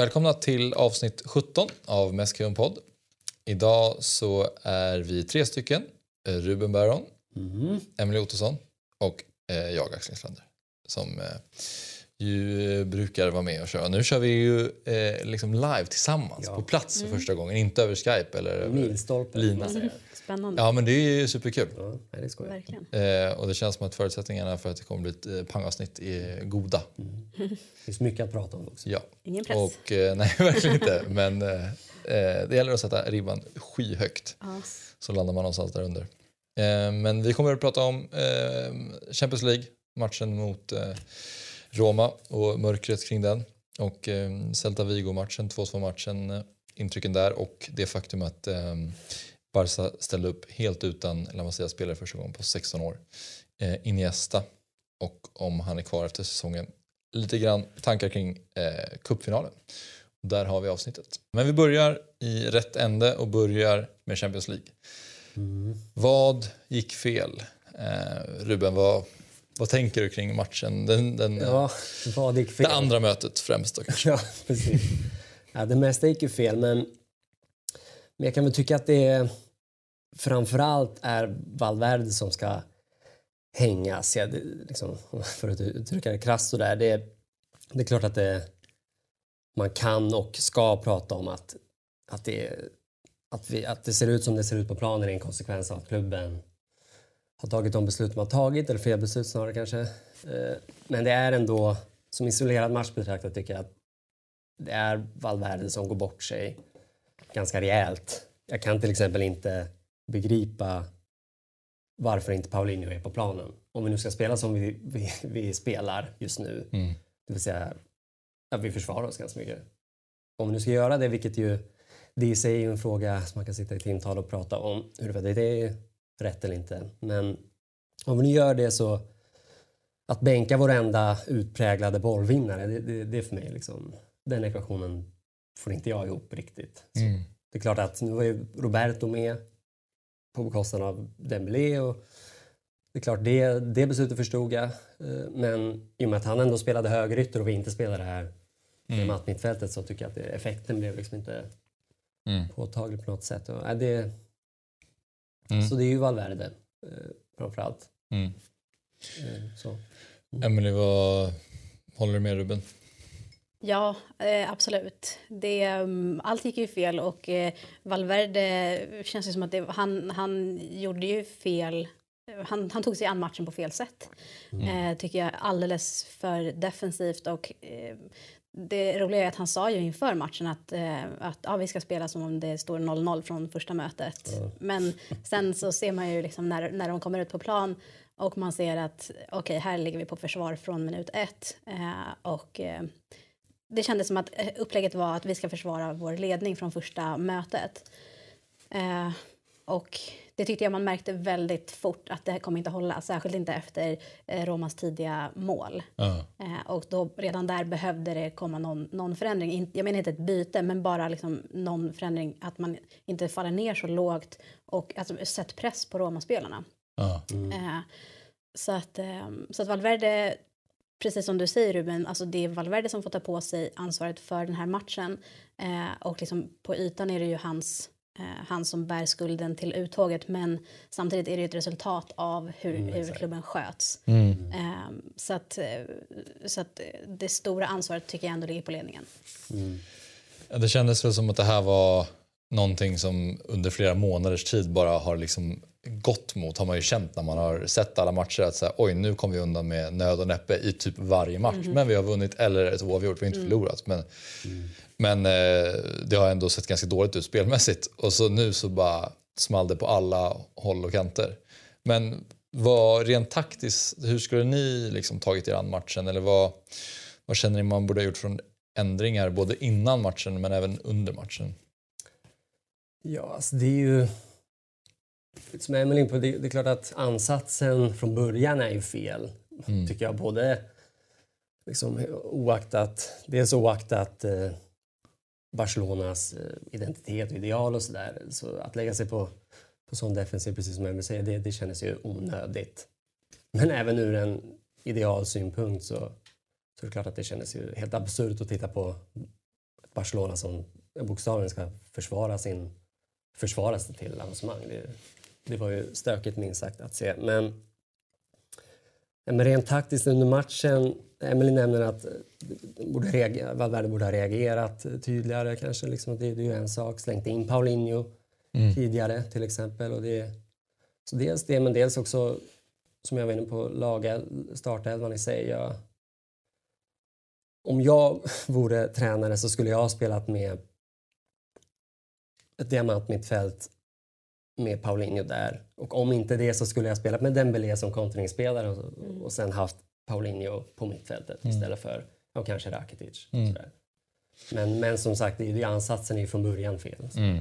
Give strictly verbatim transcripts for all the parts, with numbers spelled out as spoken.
Välkomna till avsnitt sjutton av Mäskön-podd. Idag så är vi tre stycken. Ruben Baron, mm. Emily Ottosson och eh, jag, Axel Slander, som eh, ju brukar vara med och köra. Nu kör vi ju eh, liksom live tillsammans ja. på plats för mm. första gången. Inte över Skype eller Milstolpe. Lina. Mm. Spännande. Ja, men det är ju superkul. Ja, det är skoj. Verkligen. Eh, och det känns som att förutsättningarna för att det kommer bli ett eh, pangavsnitt är goda. Mm. Det finns mycket att prata om också. Ja. Ingen press. Och, eh, nej, verkligen inte. Men eh, det gäller att sätta ribban skyhögt. Ja. Så landar man någonstans där under. Eh, men vi kommer att prata om eh, Champions League. Matchen mot eh, Roma och mörkret kring den. Och eh, Celta Vigo-matchen, två två-matchen, eh, intrycken där. Och det faktum att eh, Barca ställde upp helt utan La Masia-spelare första gången på sexton år. Eh, Iniesta. Och om han är kvar efter säsongen. Lite grann tankar kring eh, cupfinalen. Där har vi avsnittet. Men vi börjar i rätt ände och börjar med Champions League. Mm. Vad gick fel? Eh, Ruben, vad, vad tänker du kring matchen? Den, den, ja, vad gick fel? Det andra mötet främst då kanske. Ja, precis. Ja, det mesta gick ju fel, men, men jag kan väl tycka att det framförallt är Valverde som ska hängas. Ja, det, liksom, för att uttrycka det krasst så där. Det, det är klart att det, man kan och ska prata om att, att, det, att, vi, att det ser ut som det ser ut på planen är en konsekvens av att klubben har tagit de beslut man har tagit, eller fel beslut snarare kanske. Men det är ändå, som isolerad match betraktat, tycker jag att det är Valverde som går bort sig ganska rejält. Jag kan till exempel inte begripa varför inte Paulinho är på planen. Om vi nu ska spela som vi, vi, vi spelar just nu. Mm. Det vill säga att vi försvarar oss ganska mycket. Om vi nu ska göra det, vilket ju det i sig är ju en fråga som man kan sitta i timtal och prata om huruvida det är rätt eller inte. Men om vi nu gör det, så att bänka vår enda utpräglade bollvinnare, det, det, det är för mig liksom, den ekvationen får inte jag ihop riktigt. Mm. Det är klart att nu var ju Roberto med på bekostnad av Dembélé, och det är klart det, det beslutet förstod jag, men i och med att han ändå spelade högerytter och vi inte spelade det här mm. med mittfältet, så tycker jag att det, effekten blev liksom inte mm. påtaglig på något sätt. Och, det, mm. Så det är ju Valverde framförallt. Mm. Så. Mm. Emily, vad håller du med Ruben? Ja, eh, absolut. Det, um, allt gick ju fel, och eh, Valverde känns det som att det, han, han gjorde ju fel. Han, han tog sig an matchen på fel sätt. Mm. Eh, tycker jag alldeles för defensivt, och eh, det roliga är att han sa ju inför matchen att, eh, att ja, vi ska spela som om det står noll noll från första mötet. Mm. Men sen så ser man ju liksom när, när de kommer ut på plan och man ser att okej, okay, här ligger vi på försvar från minut ett. Eh, och eh, det kändes som att upplägget var att vi ska försvara vår ledning från första mötet. Eh, och det tyckte jag man märkte väldigt fort att det här kommer inte hålla. Särskilt inte efter eh, Romas tidiga mål. Uh. Eh, och då redan där behövde det komma någon, någon förändring. Jag menar inte ett byte, men bara liksom någon förändring. Att man inte faller ner så lågt och alltså, sätt press på Roma-spelarna. Uh. Mm. Eh, så, att, eh, så att Valverde, precis som du säger Ruben, alltså det är Valverde som får ta på sig ansvaret för den här matchen. Eh, och liksom på ytan är det ju hans... han som bär skulden till uttåget, men samtidigt är det ett resultat av hur, mm, hur klubben sköts. Mm. Um, så, att, så att det stora ansvaret tycker jag ändå ligger på ledningen. Mm. Ja, det kändes väl som att det här var någonting som under flera månaders tid bara har liksom gått mot, har man ju känt när man har sett alla matcher, att så här, oj, nu kommer vi undan med nöd och näppe i typ varje match. Mm. Men vi har vunnit eller ett oavgjort, vi har inte mm. förlorat. Men, mm. men eh, det har ändå sett ganska dåligt ut spelmässigt. Och så nu så bara small det på alla håll och kanter. Men vad, rent taktiskt, hur skulle ni liksom tagit er an matchen? Eller vad, vad känner ni man borde ha gjort från ändringar både innan matchen men även under matchen? Ja, alltså det är ju... Som Emily på, det, det är klart att ansatsen från början är ju fel. Mm. Tycker jag, både liksom oaktat, dels oaktat eh, Barcelonas eh, identitet och ideal och sådär. Så att lägga sig på, på sån defensiv, precis som Emily säger, det, det kändes ju onödigt. Men även ur en ideal synpunkt så, så är det klart att det kändes ju helt absurt att titta på ett Barcelona som bokstavligen ska försvara sin försvara sig till avancemang. Det, det var ju stökigt minst sagt att se. Men, men rent taktiskt under matchen, Emily nämner att borde reagera, Valverde borde ha reagerat tydligare kanske. Liksom, det, det är ju en sak. Slängt in Paulinho mm. tidigare till exempel. Och det, så dels det, men dels också som jag var inne på, laga startelvan i sig. Jag, om jag vore tränare så skulle jag ha spelat med ett diamant mittfält med Paulinho där. Och om inte det så skulle jag spela med Dembélé som kontringsspelare och, mm. och sen haft Paulinho på mittfältet mm. istället för och kanske Rakitic. Mm. Men, men som sagt, det, det ansatsen är ju från början fel. Mm.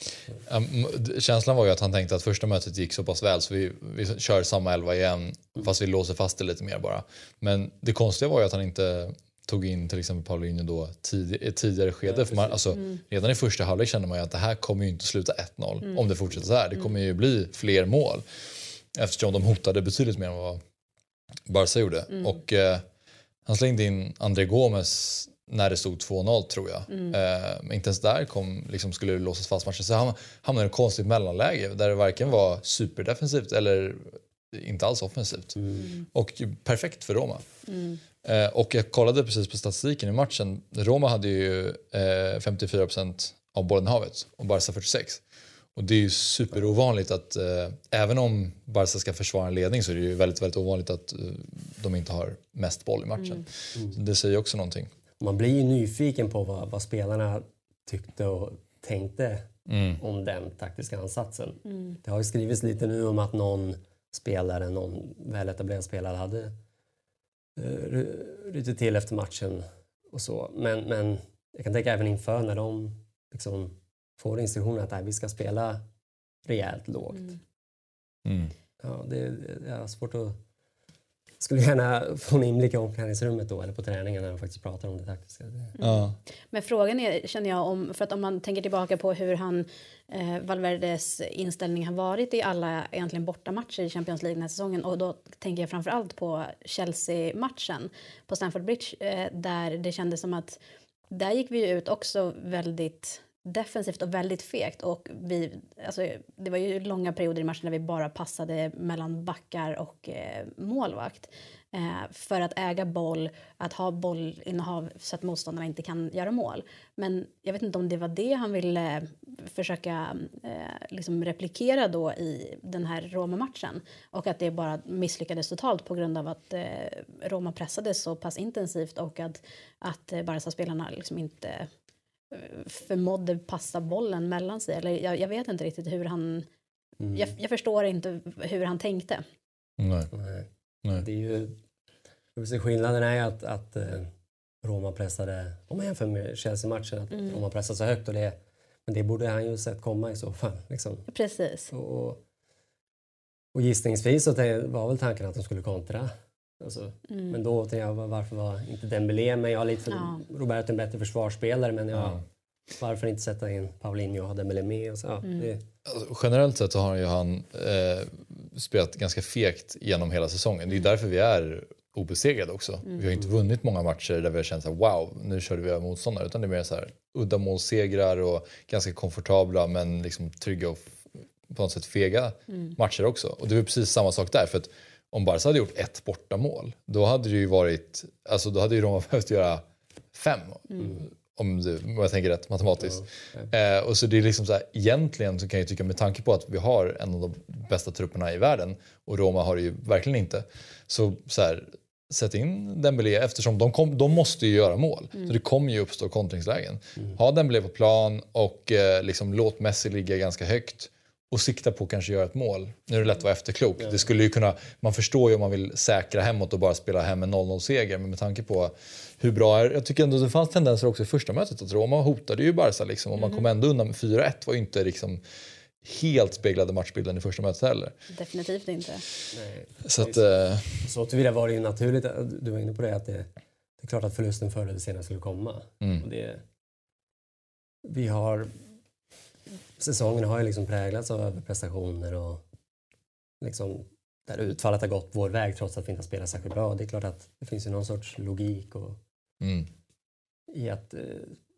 Um, känslan var ju att han tänkte att första mötet gick så pass väl så vi, vi kör samma elva igen mm. fast vi låser fast det lite mer bara. Men det konstiga var ju att han inte tog in till exempel Paulinho då tid, ett tidigare skede. Ja, för man, alltså, mm. redan i första halvlek kände man ju att det här kommer ju inte sluta ett noll mm. om det fortsätter så här. Det kommer ju bli fler mål eftersom de hotade betydligt mer än vad Barca gjorde. Mm. Och eh, han slängde in André Gomes när det stod två noll tror jag. Mm. Eh, men inte ens där kom, liksom, skulle det låsas fast matchen. Så han hamnade i ett konstigt mellanläge där det varken var superdefensivt eller inte alls offensivt. Mm. Och perfekt för Roma. Mm. Eh, och jag kollade precis på statistiken i matchen. Roma hade ju eh, femtiofyra procent av bollinnehavet och Barca fyrtiosex. Och det är ju superovanligt att eh, även om Barca ska försvara en ledning så är det ju väldigt, väldigt ovanligt att eh, de inte har mest boll i matchen. Mm. Mm. Det säger också någonting. Man blir ju nyfiken på vad, vad spelarna tyckte och tänkte mm. om den taktiska ansatsen. Mm. Det har ju skrivits lite nu om att någon spelare, någon väletablerad spelare hade uh, rytit till efter matchen och så. Men, men jag kan tänka även inför när de liksom får instruktioner att nej, vi ska spela rejält lågt. Mm. Mm. Ja, det, det är svårt att... Skulle gärna få en inblick i omklädningsrummet då eller på träningen när de faktiskt pratar om det taktiska. Mm. Ja. Men frågan är, känner jag, om för att om man tänker tillbaka på hur han eh, Valverdes inställning har varit i alla egentligen bortamatcher i Champions League den här säsongen, och då tänker jag framförallt på Chelsea-matchen på Stamford Bridge eh, där det kändes som att där gick vi ut också väldigt defensivt och väldigt fegt, och vi, alltså, det var ju långa perioder i matchen där vi bara passade mellan backar och eh, målvakt eh, för att äga boll, att ha bollinnehav så att motståndarna inte kan göra mål. Men jag vet inte om det var det han ville eh, försöka eh, liksom replikera då i den här Roma-matchen, och att det bara misslyckades totalt på grund av att eh, Roma pressade så pass intensivt och att, att eh, Barca-spelarna liksom inte förmådde passa bollen mellan sig. Eller jag, jag vet inte riktigt hur han... Mm. Jag, jag förstår inte hur han tänkte. Nej. Nej. Det är ju... Skillnaden är att, att eh, Roma pressade... Om man jämför med Chelsea-matchen, att mm. Roma pressade så högt. Och det, men det borde han ju sett komma i så fall. Liksom. Precis. Och, och gissningsvis så var väl tanken att de skulle kontra. Alltså, mm. Men då tänkte jag, varför var inte Dembélé med? Jag har lite för ja. Roberto en bättre försvarsspelare, men jag, ja. varför inte sätta in Paulinho och ha Dembélé med? Och så, ja, mm. det... alltså, generellt sett så har ju han eh, spelat ganska fegt genom hela säsongen. Det är därför vi är obesegrade också. Mm. Vi har inte vunnit många matcher där vi har känt så här, wow, nu körde vi över motståndare. Utan det är mer så här uddamålssegrar och ganska komfortabla men liksom trygga och på något sätt fega mm. matcher också. Och det var precis samma sak där, för att om Barca hade gjort ett bortamål, då hade det ju varit, alltså då hade ju Roma behövt göra fem. Mm. Om, du, om jag tänker rätt matematiskt. Mm. Okay. Eh, och så det är liksom så här, egentligen så kan jag tycka, med tanke på att vi har en av de bästa trupperna i världen och Roma har det ju verkligen inte. Så, så här, sätt in Dembélé, eftersom de, kom, de måste ju göra mål. Mm. Så det kommer ju uppstå kontringslägen. Mm. Ha Dembélé på plan och eh, liksom låt Messi ligga ganska högt. Och sikta på att kanske göra ett mål. Nu är det lätt att vara efterklok. Det skulle ju kunna, man förstår ju om man vill säkra hemåt och bara spela hem en noll noll-seger. Men med tanke på hur bra är... Jag tycker ändå det fanns tendenser också i första mötet att Roma hotade ju Barca. Liksom, och man kom ändå undan med fyra ett. Var ju inte liksom helt speglade matchbilden i första mötet heller. Definitivt inte. Nej. Så att... Äh... Så tillvida var det ju naturligt. Du var inne på det, att det, det är klart att förlusten förr eller senare skulle komma. Mm. Och det, vi har... Säsongen har ju liksom präglats av överprestationer och liksom där utfallet har gått vår väg trots att vi inte har spelat särskilt bra. Det är klart att det finns ju någon sorts logik och mm. i att eh,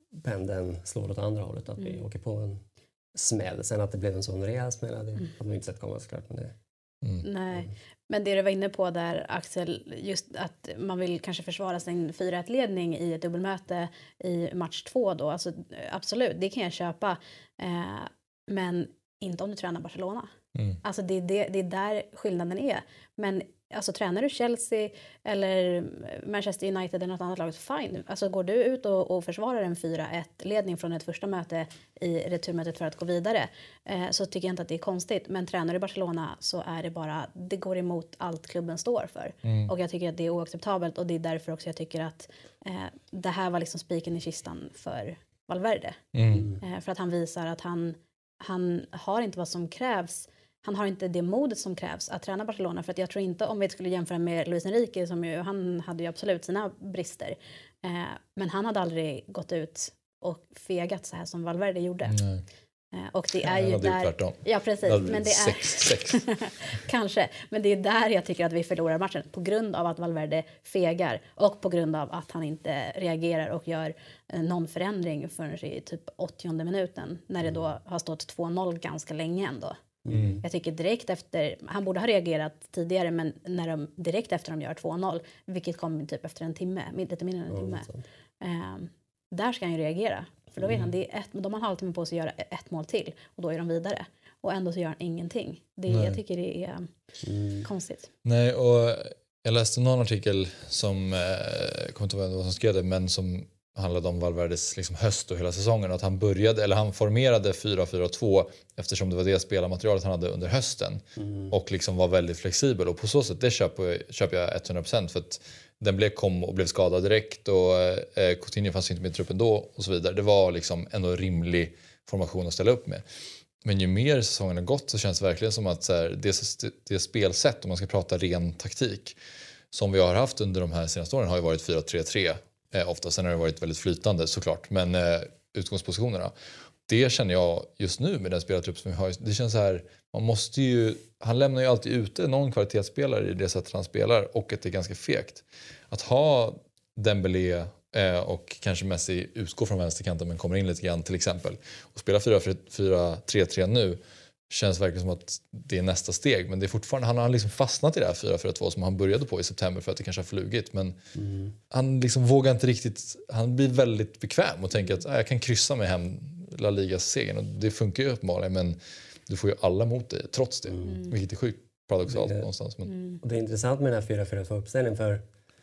pendeln slår åt andra hållet. Att mm. vi åker på en smäll. Sen att det blev en sån rejäl smäll, det mm. hade vi inte sett komma såklart. Men det, mm. Nej, men det du var inne på där, Axel, just att man vill kanske försvara sin fyra ett-ledning i ett dubbelmöte i match två då. Alltså, absolut, det kan jag köpa. Eh, men inte om du tränar Barcelona. Mm. Alltså det, det, det är där skillnaden är. Men alltså tränar du Chelsea eller Manchester United eller något annat lag, fine. Alltså går du ut och, och försvarar en fyra ett-ledning från ett första möte i returmötet för att gå vidare, eh, så tycker jag inte att det är konstigt. Men tränar du Barcelona så är det bara, det går emot allt klubben står för. Mm. Och jag tycker att det är oacceptabelt, och det är därför också jag tycker att eh, det här var liksom spiken i kistan för Valverde. Mm. Eh, för att han visar att han, han har inte vad som krävs. Han har inte det modet som krävs att träna Barcelona. För att jag tror inte, om vi skulle jämföra med Luis Enrique, som ju, han hade ju absolut sina brister. Eh, men han hade aldrig gått ut och fegat så här som Valverde gjorde. Nej. Eh, och det är ju där... Tvärtom. Ja, precis. Men det är... Sex, sex. Kanske. Men det är där jag tycker att vi förlorar matchen. På grund av att Valverde fegar. Och på grund av att han inte reagerar och gör eh, någon förändring förrän i typ åttionde minuten. När det då har stått två noll ganska länge ändå. Mm. Jag tycker direkt efter, han borde ha reagerat tidigare, men när de direkt efter de gör två noll, vilket kom typ efter en timme, lite mindre än en timme, mm. eh, där ska han ju reagera. För då vet mm. han, det är ett, de har en halvtimme på sig att göra ett mål till, och då är de vidare. Och ändå så gör han ingenting. Det, jag tycker det är mm. konstigt. Nej, och jag läste någon artikel som, eh, jag kommer inte ihåg vad som skrev det, men som handlade om Valverdes liksom höst och hela säsongen, att han började, eller han formerade fyra fyra två eftersom det var det spelarmaterialet han hade under hösten mm. och liksom var väldigt flexibel, och på så sätt det köper, köper jag hundra procent, för att den blev, kom och blev skadad direkt, och eh, Coutinho fanns inte med i truppen då och så vidare. Det var liksom ändå en rimlig formation att ställa upp med. Men ju mer säsongen har gått så känns det verkligen som att så här, det, det spelsätt, om man ska prata ren taktik, som vi har haft under de här senaste åren har ju varit fyra tre tre. Eh, ofta. Sen har det varit väldigt flytande såklart. Men eh, utgångspositionerna, det känner jag just nu med den spelartrupp som vi har. Det känns så här, man måste ju, han lämnar ju alltid ute någon kvalitetsspelare i det sättet han spelar, och att det är ganska fegt. Att ha Dembélé eh, och kanske Messi utgår från vänsterkanten men kommer in lite grann till exempel, och spela fyra tre tre nu, känns verkligen som att det är nästa steg. Men det är fortfarande, han har liksom fastnat i det här fyra fyra två som han började på i september för att det kanske har flugit. Men mm. han liksom vågar inte riktigt, han blir väldigt bekväm och tänker att ah, jag kan kryssa mig hem La Ligas-segern. Och det funkar ju uppenbarligen, men du får ju alla mot dig trots det. Mm. Vilket är sjukt paradoxalt det, någonstans. Men... Mm. Och det är intressant med den här fyra fyra två-uppställningen, för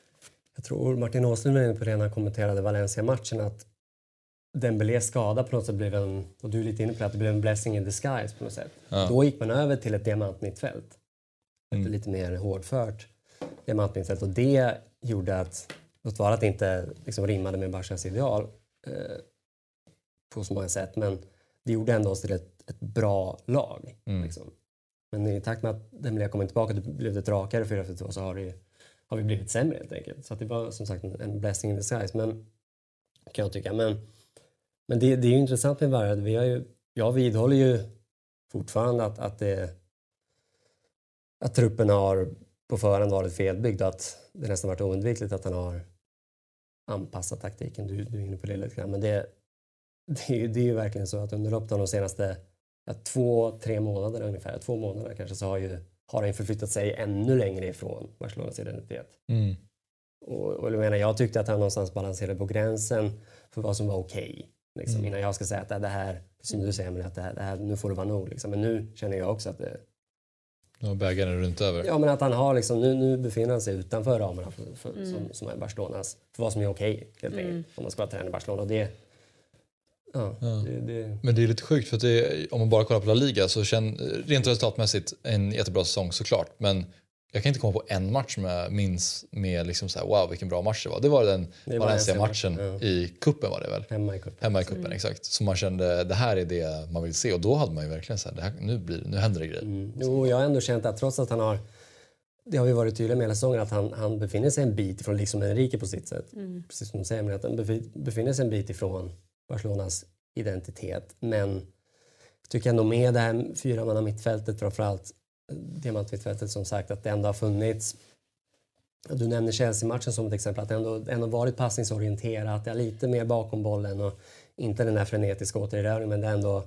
jag tror Martin Åslund var inne på det när han kommenterade Valencia-matchen, att Dembélés skada på något sätt blev en, och du är lite inne på att det blev en blessing in disguise på något sätt. Ja. Då gick man över till ett diamantmittfält. Mm. Ett lite mer hårdfört diamantmittfält, och det gjorde att, låt vara att det inte liksom rimmade med Barcas ideal eh, på så många sätt, men det gjorde ändå oss till ett, ett bra lag. Mm. Liksom. Men i takt med att Dembélé kommer tillbaka, det blev ett rakare fyra fyra två, så har, det, har vi blivit sämre helt enkelt. Så att det var som sagt en, en blessing in disguise, men kan jag tycka. Men Men det, det är ju intressant med Valverde. Vi har ju, jag vidhåller ju fortfarande att, att, det, att truppen har på förhand varit felbyggd. Att det nästan varit oundvikligt att han har anpassat taktiken. Du, du är inne på det lite grann. Men det, det, är, det är ju verkligen så att under loppet av de senaste ja, två, tre månader ungefär, två månader kanske, så har, ju, har han förflyttat sig ännu längre ifrån Barcelonas identitet. Mm. Och, och jag menar, jag tyckte att han någonstans balanserade på gränsen för vad som var okej. Okay. Liksom, mm. Innan jag ska säga att det här, som du säger, men att det här, det här, nu får det vara nog. Liksom. Men nu känner jag också att det... Ja, bägaren runt över. Ja, men att han har liksom, nu, nu befinner han sig utanför ramarna för, för, mm. som, som är Barcelonas. För vad som är okej, helt enkelt. Mm. Om man ska träna i Barcelona. Och det, ja, ja. Det, det... Men det är lite sjukt, för att det, om man bara kollar på La Liga så känns rent resultatmässigt en jättebra säsong såklart. Men jag kan inte komma på en match med minns med liksom så här, wow vilken bra match det var. Det var den Valencia-matchen ja. i kuppen var det väl? Hemma i kuppen. Hemma i kuppen, mm. exakt. Så man kände, det här är det man vill se. Och då hade man ju verkligen så här, det här, nu, blir, nu händer det grejer. Mm. Jo, jag har ändå känt att trots att han har, det har vi varit tydliga med hela säsongen, att han, han befinner sig en bit ifrån, liksom Enrique på sitt sätt. Mm. Precis som de säger, men att han befinner sig en bit ifrån Barcelonas identitet. Men jag tycker ändå med det här fyra manna mittfältet, framförallt diamantmittfältet, som sagt, att det ändå har funnits Du nämner Chelsea-matchen som ett exempel, att det ändå, ändå varit passningsorienterat, det är lite mer bakom bollen och inte den här frenetiska återerövringen, men det är ändå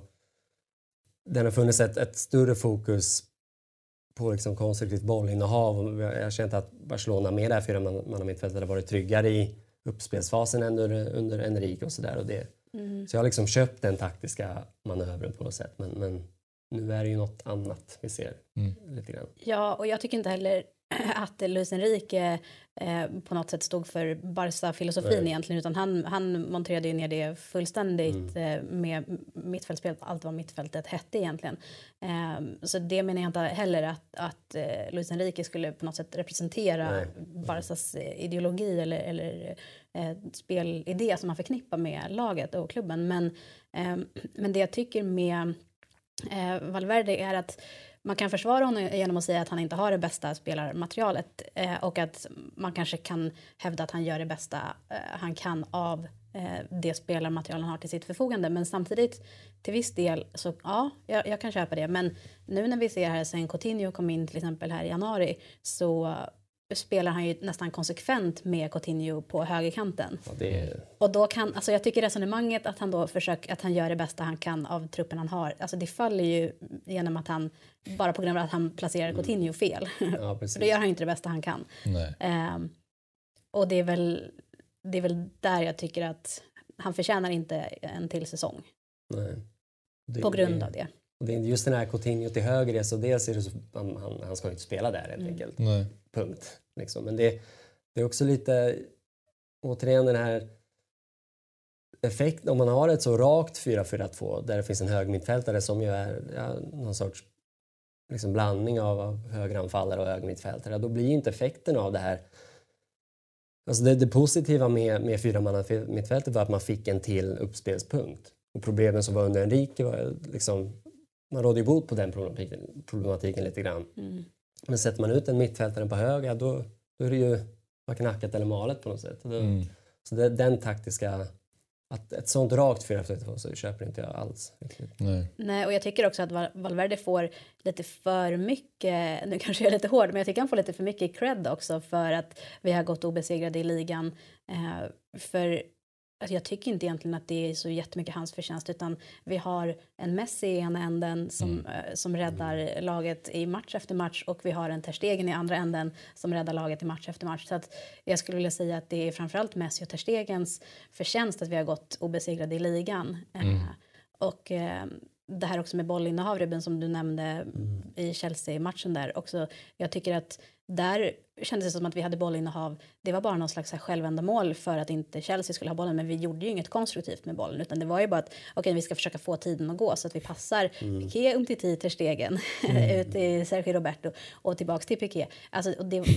det har funnits ett, ett större fokus på liksom konstruktivt bollinnehav. Jag har känt att Barcelona med det här fyra man, man har mittfältet har varit tryggare i uppspelsfasen än under, under Enrique och sådär. Och mm. Så jag har liksom köpt den taktiska manövern på något sätt, men, men nu är det ju något annat vi ser mm. lite grann. Ja, och jag tycker inte heller att Luis Enrique eh, på något sätt stod för Barca-filosofin egentligen, utan han, han monterade ju ner det fullständigt mm. eh, med mittfältspelet, allt vad mittfältet hette egentligen. Eh, så det menar jag inte heller att, att eh, Luis Enrique skulle på något sätt representera Nej. Barcas eh, ideologi eller, eller eh, spelidé som man förknippar med laget och klubben. Men, eh, men det jag tycker med eh, Valverde är att man kan försvara honom genom att säga att han inte har det bästa spelarmaterialet eh, och att man kanske kan hävda att han gör det bästa eh, han kan av eh, det spelarmaterial han har till sitt förfogande. Men samtidigt till viss del så ja, jag, jag kan köpa det. Men nu när vi ser här sen Coutinho kom in till exempel här i januari så spelar han ju nästan konsekvent med Coutinho på högerkanten. Ja, det... Och då kan, alltså jag tycker resonemanget att han då försöker, att han gör det bästa han kan av truppen han har, alltså det faller ju genom att han, bara på grund av att han placerar Coutinho fel. Ja, precis. För då gör han ju inte det bästa han kan. Nej. Um, och det är väl det är väl där jag tycker att han förtjänar inte en till säsong. Nej. Det, på grund det, av det. Och det är just den här Coutinho till höger, så dels är det så, han, han, han ska inte spela där helt mm. enkelt. Nej. Punkt. Liksom. Men det, det är också lite återigen den här effekten, om man har ett så rakt fyra fyra två där det finns en hög mittfältare som ju är ja, någon sorts liksom blandning av, av högeranfallare och högermittfältare, då blir inte effekten av det här. Alltså det, det positiva med, med fyra manna mittfältet var att man fick en till uppspelspunkt. Och problemen som var under Enrique var liksom, man rådde ju bot på den problematiken, problematiken lite grann. Mm. Men sätter man ut en mittfältare på höger, då, då är det ju knackat eller malet på något sätt. Då, mm. Så det, den taktiska, att ett sånt rakt fyra fyra två så köper inte jag alls. Nej. Nej, och jag tycker också att Valverde får lite för mycket, nu kanske jag är lite hård, men jag tycker han får lite för mycket cred också för att vi har gått obesegrade i ligan. Eh, för alltså jag tycker inte egentligen att det är så jättemycket hans förtjänst, utan vi har en Messi i ena änden som, mm. eh, som räddar laget i match efter match, och vi har en Ter Stegen i andra änden som räddar laget i match efter match. Så att jag skulle vilja säga att det är framförallt Messi och Ter Stegens förtjänst att vi har gått obesegrade i ligan. Mm. Eh, och eh, det här också med bollinnehav, Ruben, som du nämnde mm. i Chelsea-matchen där också. Jag tycker att där kändes det som att vi hade bollinnehav. Det var bara någon slags självändamål för att inte Chelsea skulle ha bollen. Men vi gjorde ju inget konstruktivt med bollen. Utan det var ju bara att okej, okay, vi ska försöka få tiden att gå så att vi passar mm. Piqué um till tio Ter Stegen mm. ut i Sergio Roberto och tillbaks till Piqué. Alltså, och det,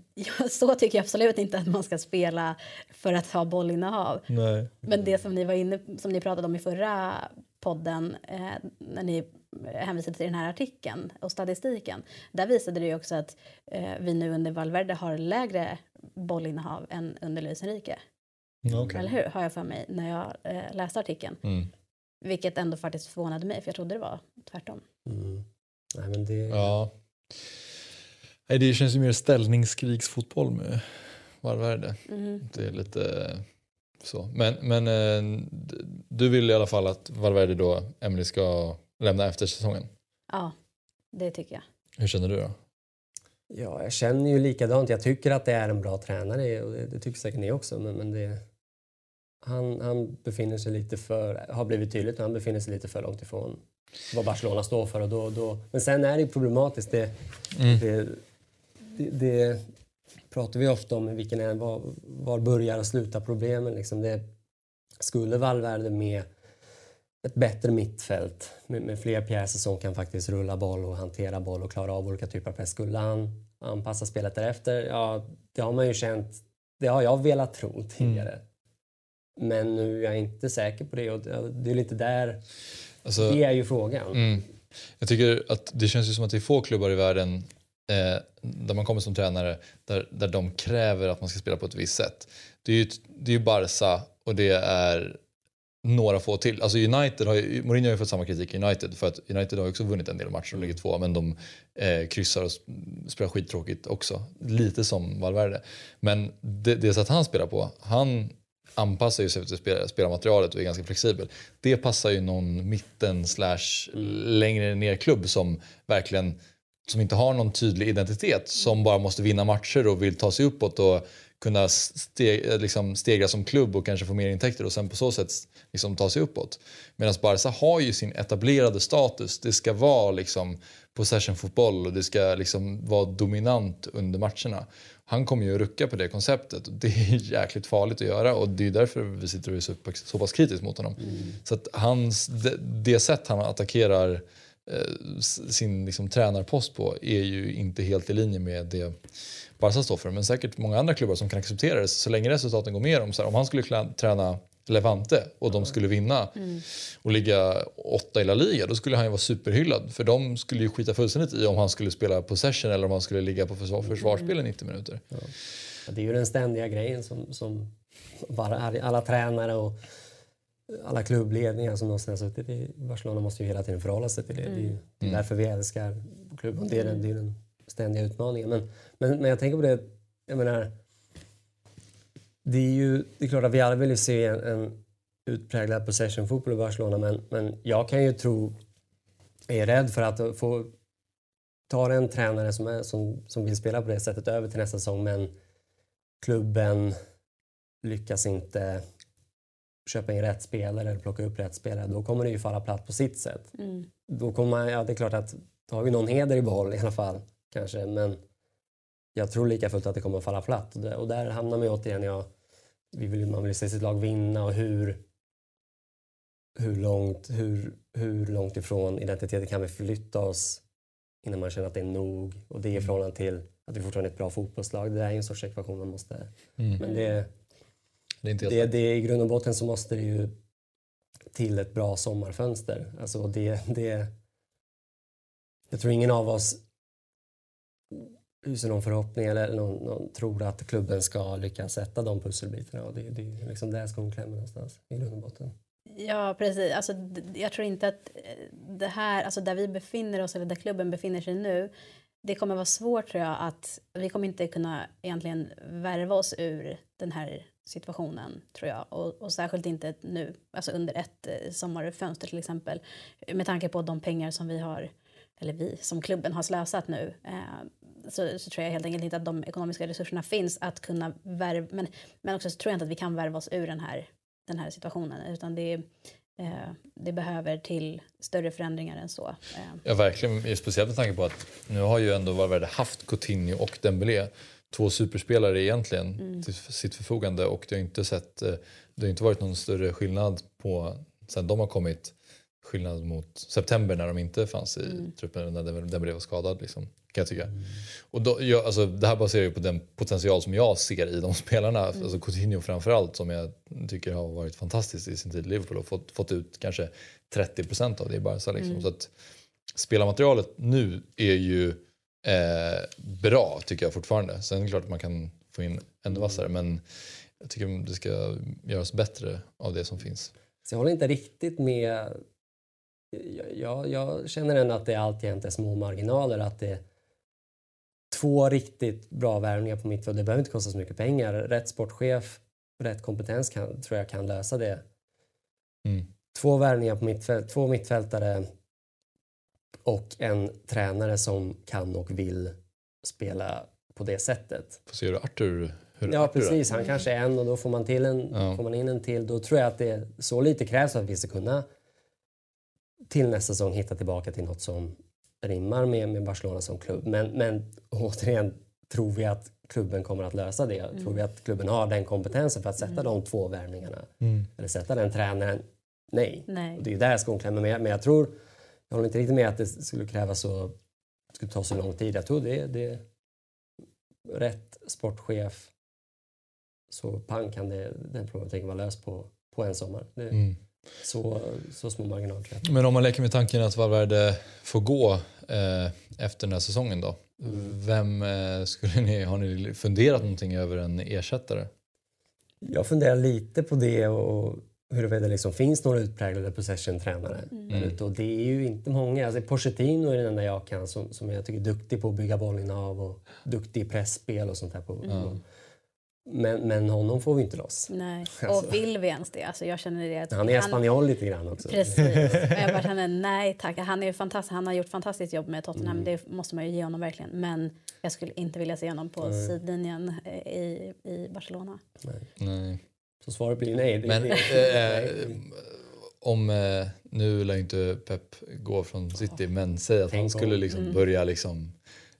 så tycker jag absolut inte att man ska spela för att ha bollinnehav. Nej. Men det som ni var inne, som ni pratade om i förra podden eh, när ni hänvisade till den här artikeln och statistiken, där visade det ju också att eh, vi nu under Valverde har lägre bollinnehav än under Luis Enrique. Okay. Eller hur, har jag för mig när jag eh, läste artikeln. Mm. Vilket ändå faktiskt förvånade mig, för jag trodde det var tvärtom. Mm. Nej, men det... Ja. Nej, det känns ju mer ställningskrigsfotboll med Valverde. Mm. Det är lite... Så. Men, men eh, du vill i alla fall att Valverde då, Emery, ska lämna efter säsongen? Ja, det tycker jag. Hur känner du då? Ja, jag känner ju likadant. Jag tycker att det är en bra tränare, och det, det tycker säkert ni också. Men, men det, han, han befinner sig lite för, har blivit tydligt, han befinner sig lite för långt ifrån vad Barcelona står för. Och då, då, men sen är det problematiskt. Det, mm. det, det, det pratar vi ofta om, vilken är, var, var börjar och slutar problemen. Liksom det skulle Valverde med ett bättre mittfält med, med fler pjäser som kan faktiskt rulla boll och hantera boll och klara av olika typer av press. Skulle han anpassa spelet därefter? Ja, det har man ju känt. Det har jag velat tro tidigare. Mm. Men nu är jag inte säker på det, och det är lite där, alltså, det är ju frågan. Mm. Jag tycker att det känns ju som att det är få klubbar i världen eh, där man kommer som tränare där, där de kräver att man ska spela på ett visst sätt. Det är ju, det är ju Barca, och det är några få till. Alltså United har ju, Mourinho har ju fått samma kritik i United för att United har ju också vunnit en del matcher och ligger två, men de eh, kryssar och spelar skittråkigt också. Lite som Valverde. Men det, det sätt han spelar på, han anpassar ju sig till spel, spelarmaterialet och är ganska flexibel. Det passar ju någon mitten slash längre ner klubb som verkligen som inte har någon tydlig identitet, som bara måste vinna matcher och vill ta sig uppåt och kunna steg, liksom stegra som klubb och kanske få mer intäkter och sen på så sätt liksom ta sig uppåt. Medan Barca har ju sin etablerade status. Det ska vara liksom possession-fotboll och det ska liksom vara dominant under matcherna. Han kommer ju att rucka på det konceptet. Det är jäkligt farligt att göra och det är därför vi sitter och är så, så pass kritiskt mot honom. Mm. Så att hans, det, det sätt han attackerar eh, sin liksom, tränarpost på är ju inte helt i linje med det Barca står för. Men säkert många andra klubbar som kan acceptera det så länge resultaten går med dem. Så här, om han skulle klä, träna Levante och de skulle vinna mm. och ligga åtta i La Liga, då skulle han ju vara superhyllad. För de skulle ju skita fullständigt i om han skulle spela possession eller om han skulle ligga på försvar, försvarsspel i nittio minuter. Ja. Ja, det är ju den ständiga grejen som, som bara alla tränare och alla klubbledningar som någonsin har suttit i Barcelona måste ju hela tiden förhålla sig till det. Mm. Det är ju det är därför vi älskar klubben. Det är den, det är den ständiga utmaningen. Men, men, men jag tänker på det, jag menar, det är ju det är klart att vi alla vill se en, en utpräglad possession-fotboll i Barcelona, men, men jag kan ju tro, är rädd för att få ta en tränare som, är, som, som vill spela på det sättet över till nästa säsong, men klubben lyckas inte köpa in rätt spelare eller plocka upp rätt spelare, då kommer det ju falla platt på sitt sätt. Mm. Då kommer man, ja det är klart att då har vi någon heder i behåll i alla fall, kanske, men jag tror lika fullt att det kommer att falla platt. Och där, och där hamnar man ju återigen, ja, vi vill, man vill se sitt lag vinna och hur, hur, långt, hur, hur långt ifrån identiteten kan vi flytta oss innan man känner att det är nog. Och det är ifrån till att vi fortfarande är ett bra fotbollslag. Det är en sorts ekvation man måste... Mm. Men det, det, är inte det, det, i grund och botten så måste det ju till ett bra sommarfönster. Alltså det... det jag tror ingen av oss hyser någon förhoppning eller någon, någon tror att klubben ska lyckas sätta de pusselbitarna. Och det, det är liksom där ska hon klämma någonstans i grund och botten. Ja, precis. Alltså, jag tror inte att det här, alltså där vi befinner oss eller där klubben befinner sig nu, det kommer vara svårt tror jag att vi kommer inte kunna egentligen värva oss ur den här situationen tror jag. Och, och särskilt inte nu, alltså under ett eh, sommarfönster till exempel. Med tanke på de pengar som vi har, eller vi som klubben har slösat nu, eh, så, så tror jag helt enkelt inte att de ekonomiska resurserna finns att kunna värva, men, men också så tror jag inte att vi kan värva oss ur den här, den här situationen, utan det, eh, det behöver till större förändringar än så. Eh. Ja, verkligen, speciellt med tanke på att nu har ju ändå Valverde haft Coutinho och Dembélé, två superspelare egentligen mm. till sitt förfogande, och det har inte sett, det har inte varit någon större skillnad på sen de har kommit, skillnad mot september när de inte fanns i mm. truppen när Dembélé var skadad liksom, kan jag tycka. Mm. Och då, jag, alltså, det här baserar ju på den potential som jag ser i de spelarna, mm. alltså Coutinho framförallt, som jag tycker har varit fantastiskt i sin tid i Liverpool och fått, fått ut kanske trettio procent av det i Barca liksom. Mm. Så att spelarmaterialet nu är ju eh, bra tycker jag fortfarande. Sen är det klart att man kan få in ännu vassare, men jag tycker det ska göras bättre av det som finns. Så jag håller inte riktigt med. Jag, jag, jag känner ändå att det alltid är små marginaler, att det är två riktigt bra värvningar på mittfält. Det behöver inte kosta så mycket pengar. Rätt sportchef, rätt kompetens kan, tror jag kan lösa det. Mm. Två värvningar på mittfält, två mittfältare och en tränare som kan och vill spela på det sättet. Får se hur Arthur... Hur ja, Arthur precis. Han kanske är en och då får man, till en, ja. får man in en till. Då tror jag att det så lite krävs att vi ska kunna till nästa säsong hitta tillbaka till något som rimmar med, med Barcelona som klubb. Men, men återigen, tror vi att klubben kommer att lösa det? Mm. Tror vi att klubben har den kompetensen för att sätta mm. de två värvningarna? Mm. Eller sätta den tränaren? Nej. Nej. Och det är där skon klämmer med. Men jag tror, jag håller inte riktigt med att det skulle kräva så, skulle ta så lång tid. Jag tror det, det är rätt sportchef, så pang kan det, den problematiken vara löst på, på en sommar. Det, mm. så, så små marginaler. Men om man leker med tanken att Valverde får gå eh, efter den här säsongen då. Mm. Vem eh, skulle ni, har ni funderat någonting över en ersättare? Jag funderar lite på det, och huruvida det liksom finns några utpräglade possession-tränare. Mm. Och det är ju inte många. Alltså Pochettino är den enda jag kan som, som jag tycker är duktig på att bygga bollen av och duktig i pressspel och sånt där. På, mm. men, men honom får vi inte loss. Nej, alltså. Och vill vi ens det? Alltså jag känner det att han är spanjol lite grann också. Precis, jag bara känner nej tack. Han är ju fantastisk, han har gjort fantastiskt jobb med Tottenham, mm. det måste man ju ge honom verkligen. Men jag skulle inte vilja se honom på mm. sidlinjen i, i Barcelona. Nej. nej. Så svaret blir nej. Det, men det, äh, om äh, nu lär inte Pep gå från City, oh. men säg att han skulle liksom mm. börja liksom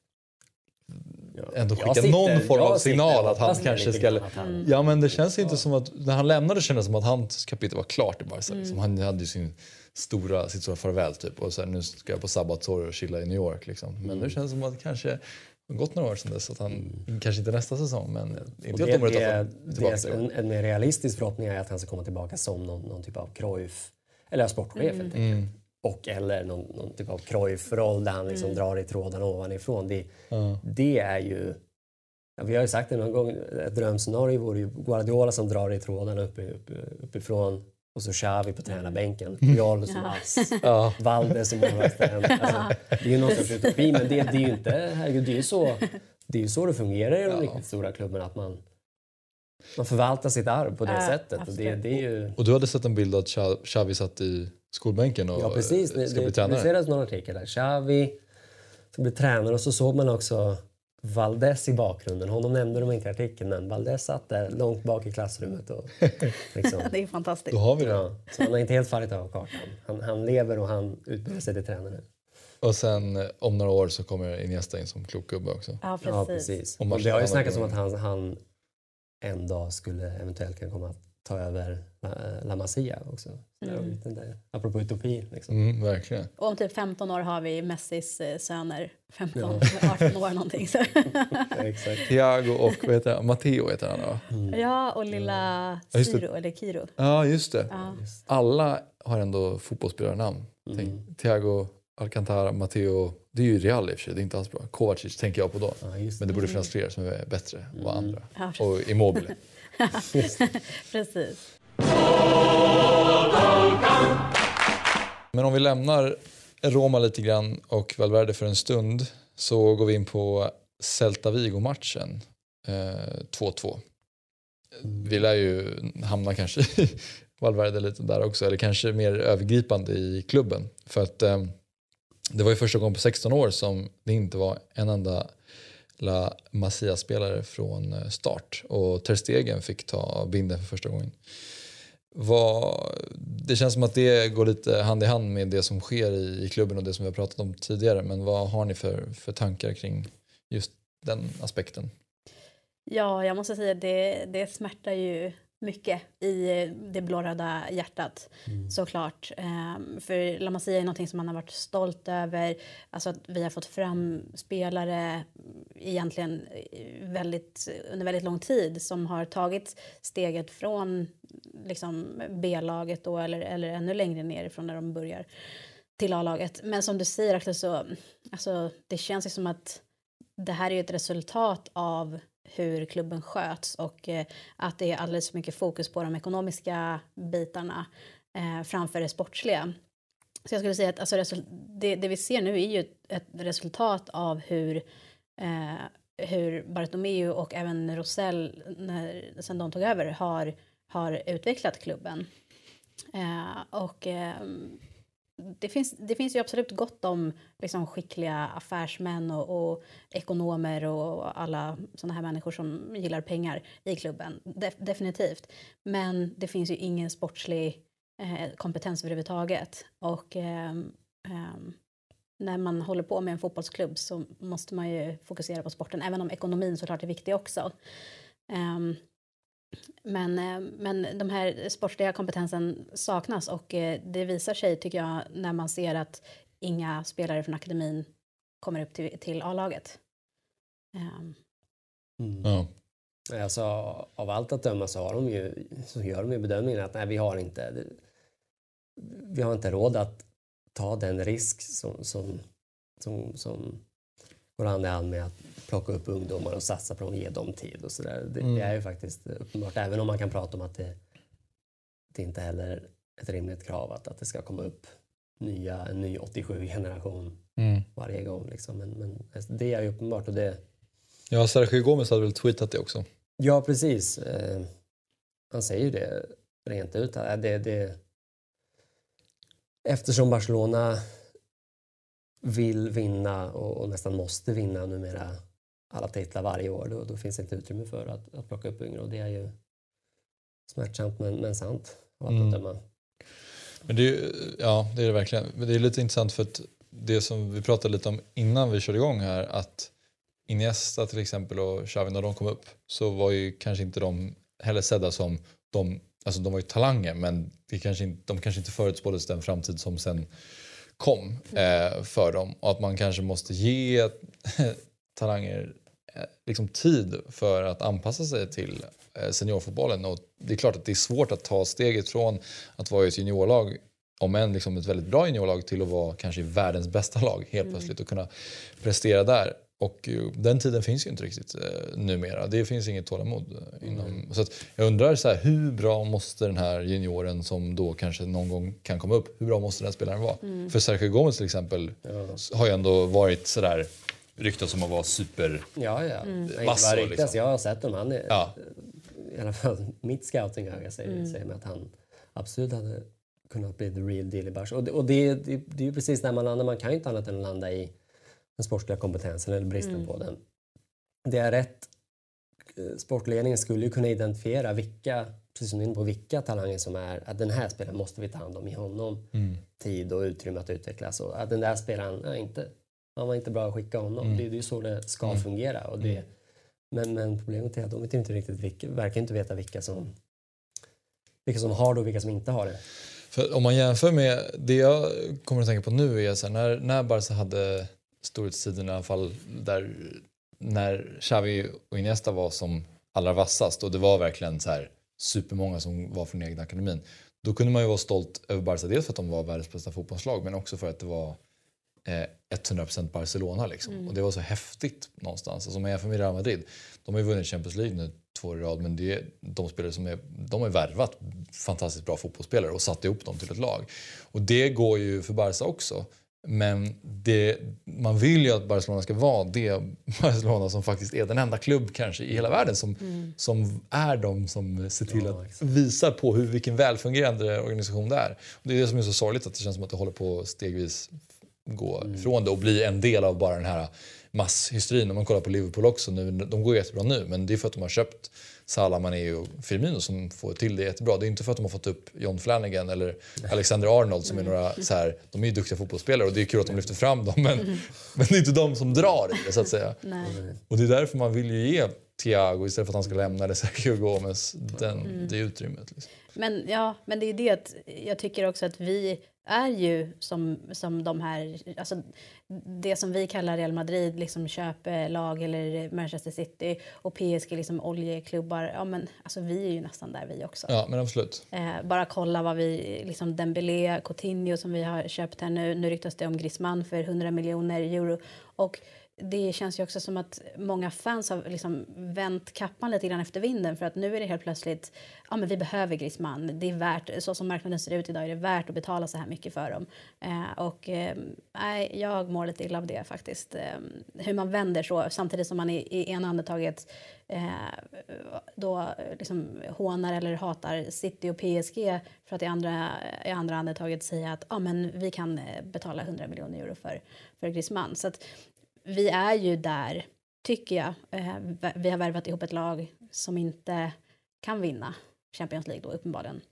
ändå skicka sitter, någon form av signal att han kanske ska... Mm. Ja, men det känns inte som att... När han lämnade kändes det som att hans kapitel var klart i Barca. Mm. Liksom. Han hade ju sin stora, sitt stora farväl typ. Och så här, nu ska jag på sabbatsår och chilla i New York. Liksom. Men mm. nu känns det som att det kanske har gått några år sedan dess. Att han, mm. kanske inte nästa säsong, men inte det, att de det, är, det är en, en mer realistisk förhoppning är att han ska komma tillbaka som någon, någon typ av Cruyff. Eller sportchef mm. helt enkelt. Mm. Och eller någon, någon typ av Cruyff-roll där han liksom mm. drar i trådarna ovanifrån. Det, mm. det är ju... Ja, vi har ju sagt det någon gång, ett drömscenario vore ju Guardiola som drar i trådarna upp, upp, uppifrån och så Xavi på tränarbänken. Puyol som ass. Ja. Valde som målvaktstränare. Alltså, det är ju någon sorts utopi, men det, det är ju inte... Herregud, det är ju så det, är ju så det fungerar i de ja. riktigt stora klubbarna. Att man, man förvaltar sitt arv på det äh, sättet. Och, det, det är ju... och du hade sett en bild att Xavi satt i skolbänken och ja, precis. ska det, bli tränare. Det ser någon artikel där. Xavi ska bli tränare och så såg man också Valdez i bakgrunden. Honom nämnde de inte i artikeln, men Valdez satt där långt bak i klassrummet. Och, liksom. Det är fantastiskt. Då har vi det. Ja, så han har inte helt fallit av kartan. Han, han lever och han utbildar sig till tränare. Och sen om några år så kommer Iniesta in som klokgubbe också. Ja, precis. Ja, precis. Och, och det har ju snackats om att han, han en dag skulle eventuellt kan komma att ta över La Masia också. Mm. Där, apropå utopi. Liksom. Mm, verkligen. Och om typ femton år har vi Messis söner. femton, ja. arton år någonting. Så. Ja, exakt. Thiago och vad heter han? Matteo heter han va? Mm. Ja, och lilla mm. Ciro, eller Kiro. Ja, just det. Ja. Alla har ändå fotbollsspelarnamn. Mm. Thiago, Alcantara, Matteo. Det är ju Real i och för sig, det är inte alls bra. Kovacic tänker jag på då. Ja, men det borde finnas fler som är bättre mm. och andra. Ja, och Immobile. Precis. Men om vi lämnar Roma lite grann och Valverde för en stund så går vi in på Celta Vigo-matchen eh, två två. Vi lär ju hamna kanske i Valverde lite där också, eller kanske mer övergripande i klubben. För att eh, det var ju första gången på sexton år som det inte var en enda La Masia-spelare från start. Och Ter Stegen fick ta binden för första gången. Vad, det känns som att det går lite hand i hand med det som sker i, i klubben och det som vi har pratat om tidigare. Men vad har ni för, för tankar kring just den aspekten? Ja, jag måste säga att det, det smärtar ju mycket i det blåröda hjärtat, mm. såklart. Um, för La Masia är någonting som man har varit stolt över. Alltså att vi har fått fram spelare egentligen väldigt, under väldigt lång tid som har tagit steget från liksom B-laget då, eller, eller ännu längre ner ifrån när de börjar till A-laget. Men som du säger, Axel, så alltså, det känns ju som att det här är ett resultat av hur klubben sköts och eh, att det är alldeles för mycket fokus på de ekonomiska bitarna eh, framför det sportsliga. Så jag skulle säga att alltså, resul- det, det vi ser nu är ju ett resultat av hur, eh, hur Bartomeu och även Rosell, när, sen de tog över, har, har utvecklat klubben. Eh, och... Eh, Det finns, det finns ju absolut gott om liksom, skickliga affärsmän och, och ekonomer och alla sådana här människor som gillar pengar i klubben. De, definitivt. Men det finns ju ingen sportslig eh, kompetens överhuvudtaget. Och eh, eh, när man håller på med en fotbollsklubb så måste man ju fokusera på sporten. Även om ekonomin såklart är viktig också. Eh, Men, men de här sportsliga kompetensen saknas och det visar sig, tycker jag, när man ser att inga spelare från akademin kommer upp till, till A-laget. Um. Mm. Ja. Alltså, av allt att döma så, har de ju, så gör de ju bedömningen att nej, vi har inte vi har inte råd att ta den risk som, som, som, som går hand i hand med att plocka upp ungdomar och satsa på dem och ge dem tid och sådär. Det, mm. det är ju faktiskt uppenbart, även om man kan prata om att det, det det är inte heller ett rimligt krav att, att det ska komma upp nya, en ny åttiosju-generation mm. varje gång. Liksom. Men, men det är ju uppenbart. Och det... Ja, Sergio Gomez hade väl tweetat det också. Ja, precis. Eh, han säger ju det rent ut. Det, det... Eftersom Barcelona vill vinna och, och nästan måste vinna numera alla titlar varje år, då, då finns det inte utrymme för att, att plocka upp yngre. Och det är ju smärtsamt men, men sant. Mm. Men det är, ja, det är det verkligen. Men det är lite intressant för att det som vi pratade lite om innan vi körde igång här, att Iniesta till exempel och Xavi, när de kom upp så var ju kanske inte de heller sedda som de, alltså de var ju talanger, men det kanske inte, de kanske inte förutspåddes den framtid som sen kom eh, för dem, och att man kanske måste ge talanger eh, liksom tid för att anpassa sig till eh, seniorfotbollen. Och det är klart att det är svårt att ta steget från att vara i ett juniorlag, om än liksom ett väldigt bra juniorlag, till att vara kanske världens bästa lag helt mm. plötsligt och kunna prestera där. Och uh, den tiden finns ju inte riktigt uh, numera. Det finns inget tålamod uh, inom. Mm. Så att jag undrar så här, hur bra måste den här junioren som då kanske någon gång kan komma upp, hur bra måste den här spelaren vara? Mm. För Sergio Gomez till exempel ja. har ju ändå varit så där ryktat som att vara super ja ja. Mm. massor ryktas, liksom. Jag har sett dem, han är, ja. i alla fall mitt scoutingöga säger, mm. säger mig att han absolut hade kunnat bli the real deal i Barca. Och det, och det, det, det är ju precis där man landar, man kan ju inte annat än landa i den sportliga kompetensen eller bristen mm. på den. Det är rätt. Sportledningen skulle ju kunna identifiera vilka, precis som du är inne på, vilka talanger som är att den här spelaren måste vi ta hand om i honom. Mm. Tid och utrymme att utvecklas. Och att den där spelaren, nej, inte, han var inte bra att skicka honom. Mm. Det, det är ju så det ska mm. fungera. Och det, mm. men, men problemet är att de vet inte riktigt vilka, verkar inte veta vilka som, vilka som har det och vilka som inte har det. För om man jämför med det jag kommer att tänka på nu är så här, när, när Barca hade storhetstiden i alla fall, där när Xavi och Iniesta var som allra vassast och det var verkligen så här supermånga som var från egna akademin, då kunde man ju vara stolt över Barca, dels för att de var världens bästa fotbollslag, men också för att det var eh, hundra procent Barcelona liksom. Mm. Och det var så häftigt någonstans. Alltså om man jämför med Real Madrid, de har ju vunnit Champions League nu två år i rad, men det är de spelare som är, de har värvat fantastiskt bra fotbollsspelare och satt ihop dem till ett lag. Och det går ju för Barca också. Men det, man vill ju att Barcelona ska vara det Barcelona som faktiskt är den enda klubb kanske i hela världen som, mm. som är de som ser till ja, att visa på hur, vilken välfungerande organisation det är. Och det är det som är så sorgligt, att det känns som att det håller på att stegvis gå mm. från det och bli en del av bara den här masshysterin. Om man kollar på Liverpool också nu, de går jättebra nu, men det är för att de har köpt Salah, Mané och Firmino som får till det jättebra. Det är inte för att de har fått upp John Flanagan eller Alexander Arnold som är några så här, de är ju duktiga fotbollsspelare och det är kul att de lyfter fram dem, men, mm. men det är inte de som drar i det så att säga. Nej. Och det är därför man vill ju ge Thiago istället för att han ska lämna eller Sergio Gomez den, mm. det utrymmet. Liksom. Men ja, men det är det att jag tycker också att vi är ju som, som de här, alltså det som vi kallar Real Madrid, liksom köpelag, eller Manchester City och P S G, liksom oljeklubbar. Ja, men alltså vi är ju nästan där vi också. Ja, men absolut. Eh, bara kolla vad vi, liksom Dembélé, Coutinho som vi har köpt här nu. Nu ryktas det om Griezmann för hundra miljoner euro. Och det känns ju också som att många fans har liksom vänt kappan lite grann efter vinden, för att nu är det helt plötsligt, ja men vi behöver Griezmann, det är värt, så som marknaden ser ut idag är det värt att betala så här mycket för dem. Eh, och nej, eh, jag mår lite illa av det faktiskt. Eh, hur man vänder så, samtidigt som man i, i ena andetaget eh, då liksom hånar eller hatar City och P S G, för att i andra, i andra andetaget säga att ja men vi kan betala hundra miljoner euro för, för Griezmann. Så att vi är ju där, tycker jag. Vi har värvat ihop ett lag som inte kan vinna Champions League då, uppenbarligen.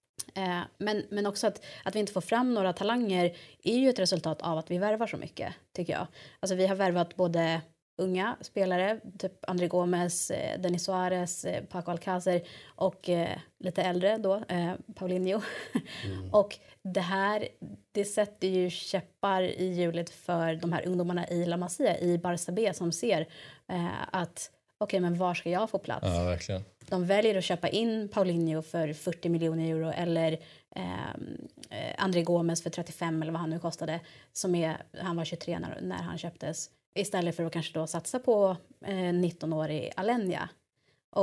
Men, men också att, att vi inte får fram några talanger är ju ett resultat av att vi värvar så mycket, tycker jag. Alltså vi har värvat både unga spelare, typ André Gomes, Denis Suarez, Paco Alcácer, och eh, lite äldre då, eh, Paulinho. Mm. Och det här, det sätter ju käppar i hjulet för de här ungdomarna i La Masia, i Barça B, som ser eh, att okej, okay, men var ska jag få plats? Ja, verkligen. De väljer att köpa in Paulinho för fyrtio miljoner euro eller eh, André Gomes för trettiofem eller vad han nu kostade, som är, han var tjugotre när, när han köptes, istället för att kanske då satsa på eh, nitton-årig Alenya. Och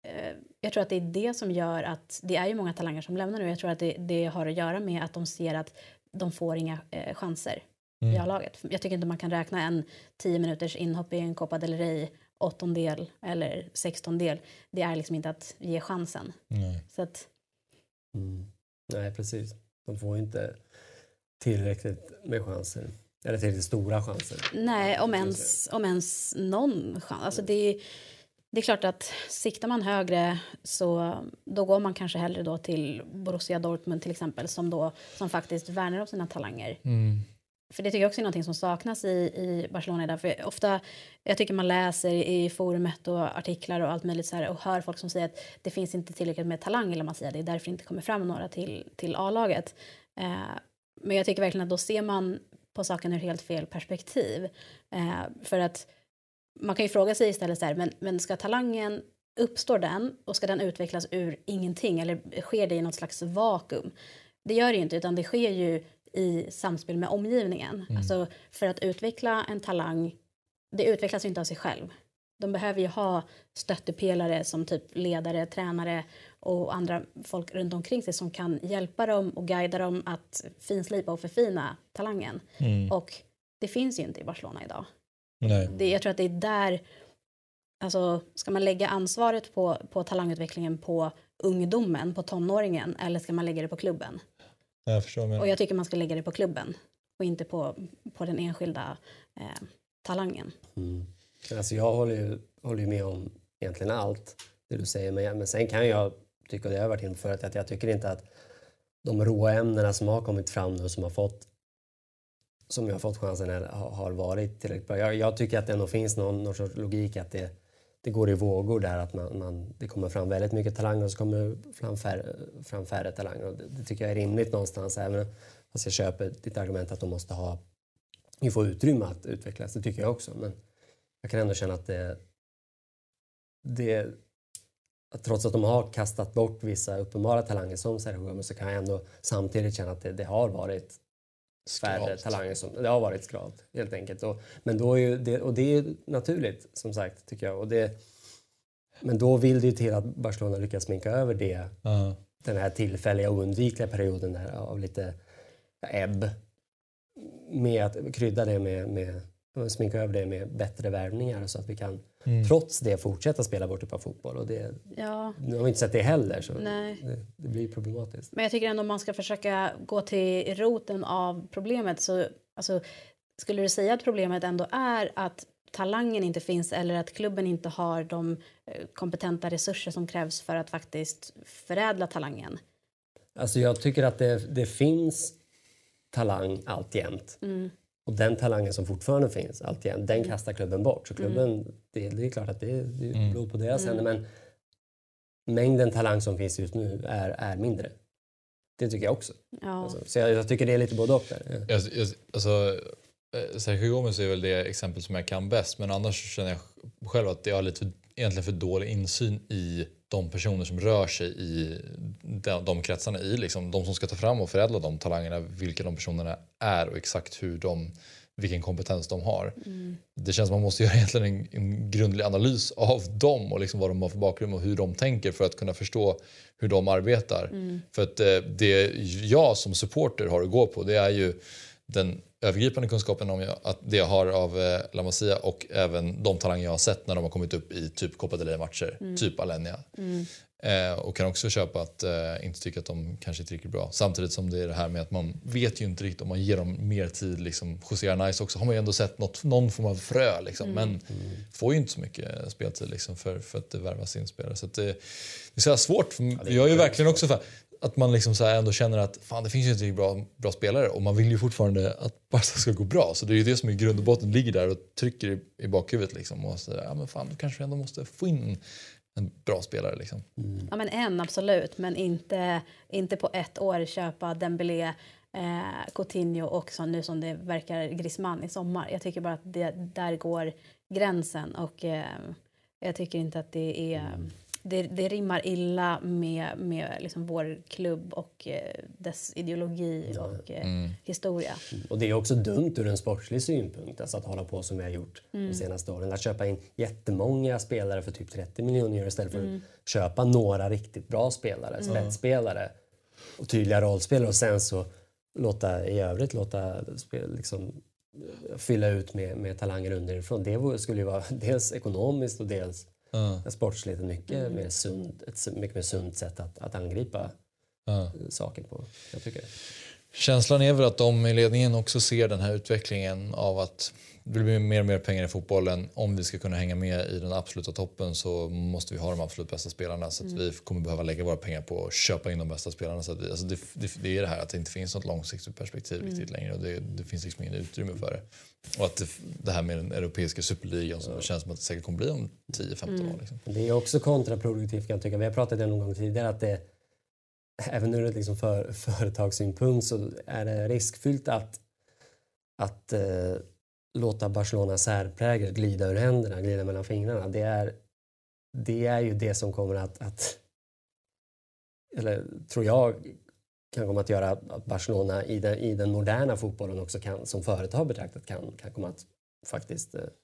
jag tror att det är det som gör att det är ju många talanger som lämnar nu. Jag tror att det, det har att göra med att de ser att de får inga eh, chanser mm. i A-laget. Jag tycker inte man kan räkna en tio minuters inhopp i en Copa del Rey åttondel eller sextondel. Det är liksom inte att ge chansen. Nej. Så att... mm. Nej, precis. De får inte tillräckligt med chanser. Eller tillräckligt stora chanser. Nej, om ens, om ens någon chans. Alltså det, det är klart att siktar man högre så då går man kanske hellre då till Borussia Dortmund till exempel som, då, som faktiskt värnar om sina talanger. Mm. För det tycker jag också är någonting som saknas i, i Barcelona idag. För ofta, jag tycker man läser i forumet och artiklar och allt möjligt så här och hör folk som säger att det finns inte tillräckligt med talang eller man säger det är därför det inte kommer fram några till, till A-laget. Eh, men jag tycker verkligen att då ser man på saken ur helt fel perspektiv. Eh, för att man kan ju fråga sig istället så här, men, men ska talangen, uppstår den och ska den utvecklas ur ingenting eller sker det i något slags vakuum? Det gör det ju inte utan det sker ju i samspel med omgivningen. Mm. Alltså för att utveckla en talang, det utvecklas ju inte av sig själv. De behöver ju ha stöttepelare som typ ledare, tränare och andra folk runt omkring sig som kan hjälpa dem och guida dem att finslipa och förfina talangen. Mm. Och det finns ju inte i Barcelona idag. Nej. Det, jag tror att det är där, alltså ska man lägga ansvaret på, på talangutvecklingen på ungdomen, på tonåringen eller ska man lägga det på klubben? Jag förstår, men... Och jag tycker man ska lägga det på klubben och inte på, på den enskilda eh, talangen. Mm. Alltså jag håller ju, håller ju med om egentligen allt det du säger. Men, men sen kan jag tycka, och det har jag varit inne för, att jag tycker inte att de råa ämnena som har kommit fram nu som har fått som jag har fått chansen här, har, har varit tillräckligt bra. Jag, jag tycker att det ändå finns någon, någon sorts logik att det, det går i vågor där. Att man, man, det kommer fram väldigt mycket talanger och så kommer fram färre, fram färre talanger. Och det, det tycker jag är rimligt någonstans. Även fast jag köper ditt argument att de måste ha ju få utrymme att utvecklas. Det tycker jag också. Men jag kan ändå känna att det, det att trots att de har kastat bort vissa uppenbara talanger som Sergio Gómez så kan jag ändå samtidigt känna att det, det har varit färre talanger som det har varit skralt helt enkelt. Och, men då är ju det, och det är naturligt som sagt tycker jag. Och det, men då vill det ju till att Barcelona lyckas sminka över det. Uh-huh. Den här tillfälliga och undvikliga perioden där av lite ebb. Med att krydda det med, med sminka över det med bättre värvningar så att vi kan mm. trots det fortsätta spela vår typ av fotboll. Och det, ja. Nu har vi inte sett det heller så Nej. Det, det blir problematiskt. Men jag tycker ändå om man ska försöka gå till roten av problemet så alltså, skulle du säga att problemet ändå är att talangen inte finns eller att klubben inte har de kompetenta resurser som krävs för att faktiskt förädla talangen? Alltså jag tycker att det, det finns talang alltjämt. Mm. Och den talangen som fortfarande finns alltjämt, den kastar klubben bort. Så klubben, mm. det, det är klart att det, det är blod på deras händer. Mm. Men mängden talang som finns just nu är, är mindre. Det tycker jag också. Ja. Alltså, så jag, jag tycker det är lite både och där. Jag, jag, alltså, Sergio Gómez är väl det exempel som jag kan bäst. Men annars känner jag själv att jag har lite för, egentligen för dålig insyn i de personer som rör sig i de, de kretsarna i liksom, de som ska ta fram och förädla de talangerna, vilka de personerna är och exakt hur de, vilken kompetens de har. Mm. Det känns som man måste göra egentligen en, en grundlig analys av dem och liksom vad de har för bakgrund och hur de tänker för att kunna förstå hur de arbetar. Mm. För att det jag som supporter har att gå på, det är ju den övergripande kunskapen om jag, att det jag har av eh, La Masia och även de talanger jag har sett när de har kommit upp i typ Copa del Rey-matcher, mm. typ Alenia. Mm. Eh, och kan också köpa att eh, inte tycka att de kanske är riktigt bra. Samtidigt som det är det här med att man vet ju inte riktigt om man ger dem mer tid. Liksom, José Arnaiz också har man ju ändå sett något, någon form av frö liksom, mm. men mm. får ju inte så mycket speltid liksom, för, för att det värvas in spelare. Så att det, det är så här svårt. För, ja, jag är ju verkligen också för att man liksom så här ändå känner att fan, det finns ju inte bra, bra spelare och man vill ju fortfarande att Barca ska gå bra. Så det är ju det som i grund och botten ligger där och trycker i, i bakhuvudet. Liksom, och så, ja, men fan, då kanske vi ändå måste få in en bra spelare. Liksom. Mm. Ja, men en, absolut. Men inte, inte på ett år köpa Dembélé, eh, Coutinho och så, nu som det verkar Griezmann i sommar. Jag tycker bara att det, där går gränsen och eh, jag tycker inte att det är... det, det rimmar illa med, med liksom vår klubb och eh, dess ideologi ja. och eh, mm. historia. Och det är också dumt ur en sportslig synpunkt, alltså att hålla på som vi har gjort mm. de senaste åren. Att köpa in jättemånga spelare för typ trettio miljoner euro istället för mm. att köpa några riktigt bra spelare, mm. spetsspelare och tydliga rollspelare och sen så låta i övrigt låta liksom fylla ut med, med talanger underifrån. Det skulle ju vara dels ekonomiskt och dels uh. sportsligt ett mycket, mm. mer sund, ett mycket mer sunt sätt att, att angripa uh. saker på, jag tycker. Känslan är väl att de i ledningen också ser den här utvecklingen av att det blir mer och mer pengar i fotbollen. Om vi ska kunna hänga med i den absoluta toppen så måste vi ha de absolut bästa spelarna. Så att mm. vi kommer behöva lägga våra pengar på att köpa in de bästa spelarna. Så att vi, alltså det, det, det är det här att det inte finns något långsiktigt perspektiv mm. riktigt längre. Och det, det finns liksom ingen utrymme för det. Och att det, det här med den europeiska superligan som mm. känns som att det säkert kommer bli om tio femton mm. år. Liksom. Det är också kontraproduktivt kan jag tycka. Vi har pratat en gång tidigare att det, även ur ett liksom för, företagssynpunkt så är det riskfyllt att, att eh, låta Barcelona särprägel glida ur händerna, glida mellan fingrarna. Det är, det är ju det som kommer att, att eller tror jag kan komma att göra att Barcelona i den, i den moderna fotbollen också kan, som företag betraktat kan, kan komma att faktiskt eh,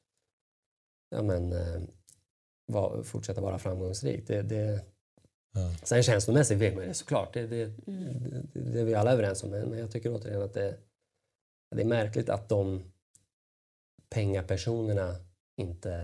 ja men, eh, var, fortsätta vara framgångsrikt. Det, det, ja. Sen känslomässigt vill man det såklart. Det, det, mm. det, det är vi alla överens om. Men jag tycker återigen att det, det är märkligt att de pengapersonerna inte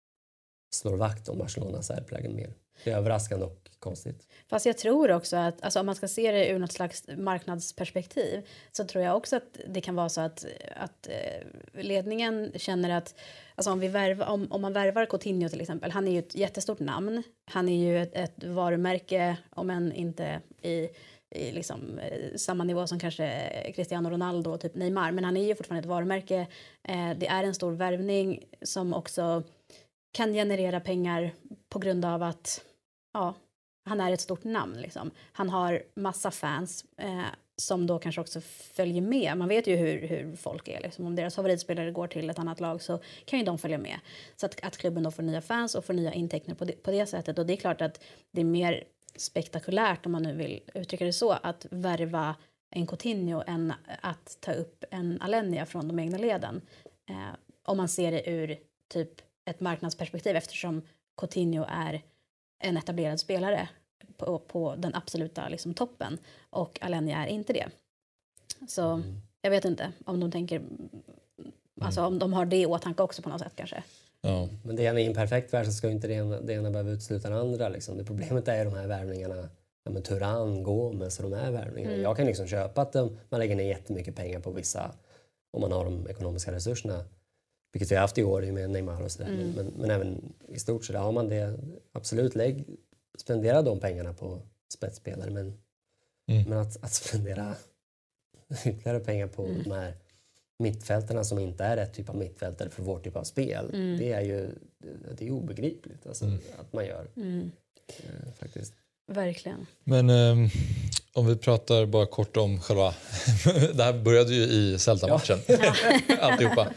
slår vakt om Barcelonas särprägel mer. Det är överraskande och konstigt. Fast jag tror också att alltså om man ska se det ur något slags marknadsperspektiv så tror jag också att det kan vara så att, att ledningen känner att alltså om, vi värva, om, om man värvar Coutinho till exempel, han är ju ett jättestort namn. Han är ju ett, ett varumärke om än inte i i liksom, eh, samma nivå som kanske Cristiano Ronaldo och typ Neymar. Men han är ju fortfarande ett varumärke. Eh, det är en stor värvning som också kan generera pengar på grund av att ja, han är ett stort namn. Liksom. Han har massa fans eh, som då kanske också följer med. Man vet ju hur, hur folk är. Liksom. Om deras favoritspelare går till ett annat lag så kan ju de följa med. Så att, att klubben då får nya fans och får nya intäkter på det, på det sättet. Och det är klart att det är mer spektakulärt om man nu vill uttrycka det så att värva en Coutinho än att ta upp en Alenia från de egna leden. Eh, om man ser det ur typ ett marknadsperspektiv eftersom Coutinho är en etablerad spelare på, på den absoluta liksom, toppen och Alenia är inte det. Så mm. jag vet inte om de tänker mm. alltså om de har det i åtanke också på något sätt kanske. Ja. Men det är en imperfekt värld så ska inte det ena, det ena behöva utesluta det andra. Liksom. Det problemet är de här värvningarna. Ja, men Turan, Gomes och de här värvningarna. Mm. Jag kan liksom köpa att de, man lägger ner jättemycket pengar på vissa om man har de ekonomiska resurserna. Vilket vi har haft i år med Neymar och sådär. Mm. Men, men även i stort så där har man det. Absolut, lägg, spendera de pengarna på spetsspelare. Men, mm. men att, att spendera ytterligare pengar på mm. de här mittfältarna som inte är rätt typ av mittfältare för vår typ av spel. Mm. Det är ju det är obegripligt alltså, mm. att man gör. Mm. Eh, faktiskt. Verkligen. Men um, om vi pratar bara kort om själva... det här började ju i Celta-matchen. Ja. Alltihopa.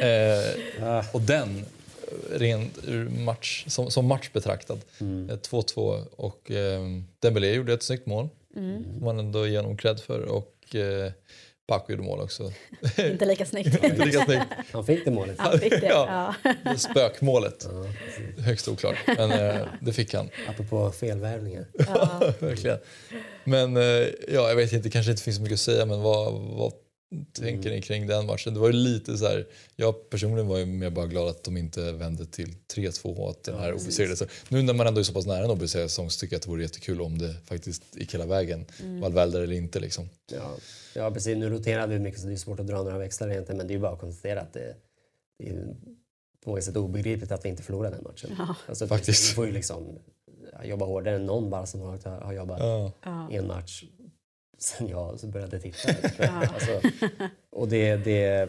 Eh, och den, rent ur match, som, som match betraktad. Mm. två två och eh, Dembélé gjorde ett snyggt mål. Mm. Man ändå ger honom cred för. Och... Eh, Paco gjorde mål också. Inte lika snyggt. Inte lika snyggt. Han fick det målet. Han fick det, ja. ja. Spökmålet. Ja, högst oklart. Men eh, det fick han. Apropå felvärvningar. Ja, verkligen. Men eh, ja, jag vet inte, kanske inte finns så mycket att säga. Men vad, vad tänker mm. ni kring den matchen? Det var ju lite så här, jag personligen var ju mer bara glad att de inte vände till tre två till den här ja, obesegrade. Så nu när man ändå är så pass nära en obesegrad säsong så tycker jag att det vore jättekul om det faktiskt gick hela vägen. Mm. Valverde eller inte liksom. Ja. Ja, precis. Nu roterade vi mycket så det är svårt att dra några växlar egentligen. Men det är ju bara att konstatera att det, det är på något sätt obegripligt att vi inte förlorade den matchen. Ja. Alltså, faktiskt. Vi får ju liksom jobba hårdare än någon bara som har, har jobbat ja. i en match sen jag så började titta. Ja. Alltså, och det... det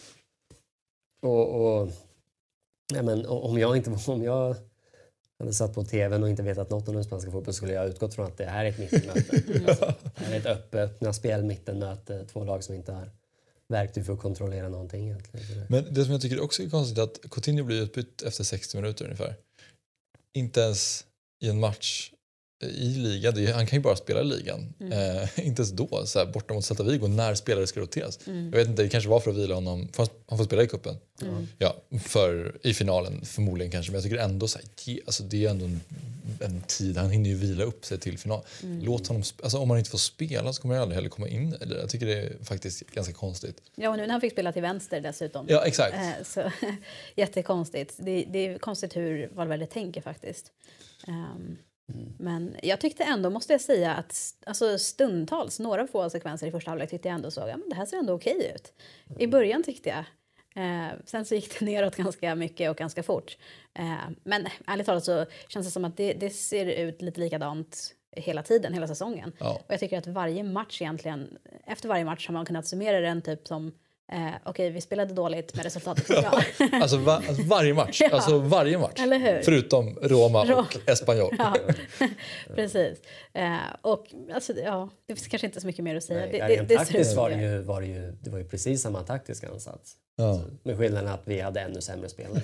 och, och, ja, men, om jag inte... Om jag hade satt på tvn och inte vetat något om den spanska fotbollen skulle jag utgått från att det här är ett mittenmöte. Mm. Det här är ett öppet, öppna spel, mittenmöte. Två lag som inte har verktyg för att kontrollera någonting egentligen. Men det som jag tycker också är konstigt är att Coutinho blir utbytt efter sextio minuter ungefär. Inte ens i en match i ligan, det är, han kan ju bara spela i ligan. Mm. Eh, inte ens då, så här, borta mot Celta Vigo, när spelare ska roteras. Mm. Jag vet inte, det kanske var för att vila honom, fast han får spela i kuppen. Mm. Ja, för, i finalen förmodligen kanske, men jag tycker ändå så här, ge, alltså, det är ändå en, en tid, han hinner ju vila upp sig till final. Mm. Låt honom, alltså, om han inte får spela så kommer han aldrig heller komma in. Jag tycker det är faktiskt ganska konstigt. Ja, och nu när han fick spela till vänster dessutom. Ja, exakt. Eh, så, jättekonstigt. Det, det är konstigt hur Valverde tänker faktiskt. Um, mm. Men jag tyckte ändå, måste jag säga, att alltså, stundtals, några få sekvenser i första halvlek tyckte jag ändå så, ja men det här ser ändå okej ut. I början tyckte jag. Eh, sen så gick det neråt ganska mycket och ganska fort. Eh, men ärligt talat så känns det som att det, det ser ut lite likadant hela tiden, hela säsongen. Ja. Och jag tycker att varje match egentligen, efter varje match har man kunnat summera den typ som Eh, Okej, okay, vi spelade dåligt men resultatet var bra. alltså, va, alltså varje match. Ja. Alltså varje match. Eller hur? Förutom Roma Rom. och Espanyol. Ja, precis. Eh, och alltså, ja, det finns kanske inte så mycket mer att säga. Nej, det, ja, det, rent det, taktiskt var det, ju, var det, ju, det var ju precis samma taktiska ansats. Ja. Alltså, med skillnaden att vi hade ännu sämre spelare.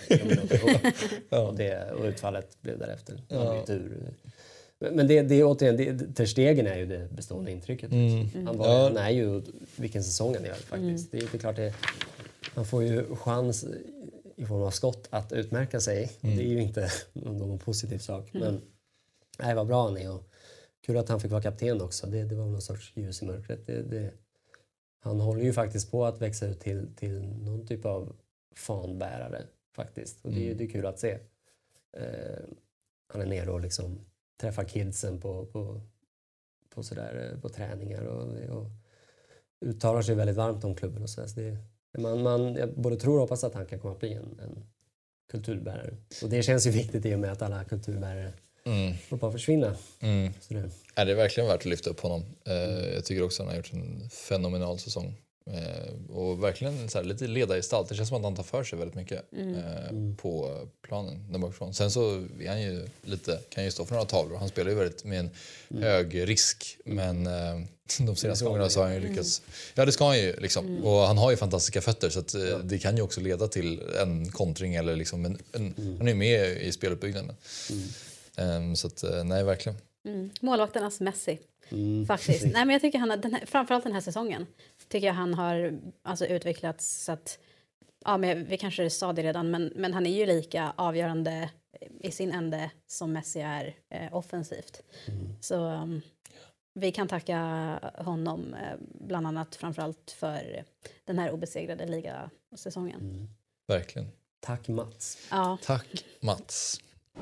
ja. och, det, och utfallet blev därefter. Ja. Tur. Men det, det är återigen, det, Ter Stegen är ju det bestående intrycket. Mm. Han, var, Ja. han är ju vilken säsong han gör faktiskt. Mm. Det, det är klart det, han får ju chans i form av skott att utmärka sig. Mm. Det är ju inte någon positiv sak. Mm. Men nej, vad bra han är. Och kul att han fick vara kapten också. Det, det var någon sorts ljus i mörkret. Det, det, han håller ju faktiskt på att växa ut till, till någon typ av fanbärare faktiskt. Och det, mm. det är kul att se. Eh, han är nere och liksom träffar kidsen på, på, på, sådär, på träningar och, och uttalar sig väldigt varmt om klubben. Och så så det, man, man, jag både tror och hoppas att han kan komma att bli en, en kulturbärare. Och det känns ju viktigt i och med att alla kulturbärare mm. får bara försvinna. Mm. Så det. Ja, det är verkligen värt att lyfta upp honom. Eh, jag tycker också att han har gjort en fenomenal säsong. Eh, och verkligen så här, lite ledargestalt. Det känns som att han tar för sig väldigt mycket Mm. eh, Mm. på planen där bakifrån. Sen så är han ju lite, kan ju stå för några tavlor. Han spelar ju väldigt med en Mm. hög risk. Men eh, de senaste gångerna så har han ju lyckats. Mm. Ja, det ska han ju liksom. Mm. Och han har ju fantastiska fötter så att, eh, Ja. det kan ju också leda till en kontring eller liksom en, en, Mm. han är ju med i speluppbyggnaden. Mm. Eh, så att, eh, nej, verkligen. Mm. Målvakternas Messi. Mm. Faktiskt. Nej, men jag tycker han har, den här, framförallt den här säsongen tycker jag han har alltså, utvecklats så att, ja, men vi kanske sa det redan, men, men han är ju lika avgörande i sin ände som Messi är eh, offensivt. Mm. Så um, vi kan tacka honom eh, bland annat framförallt för den här obesegrade ligasäsongen. Mm. Verkligen. Tack Mats. Ja. Tack Mats.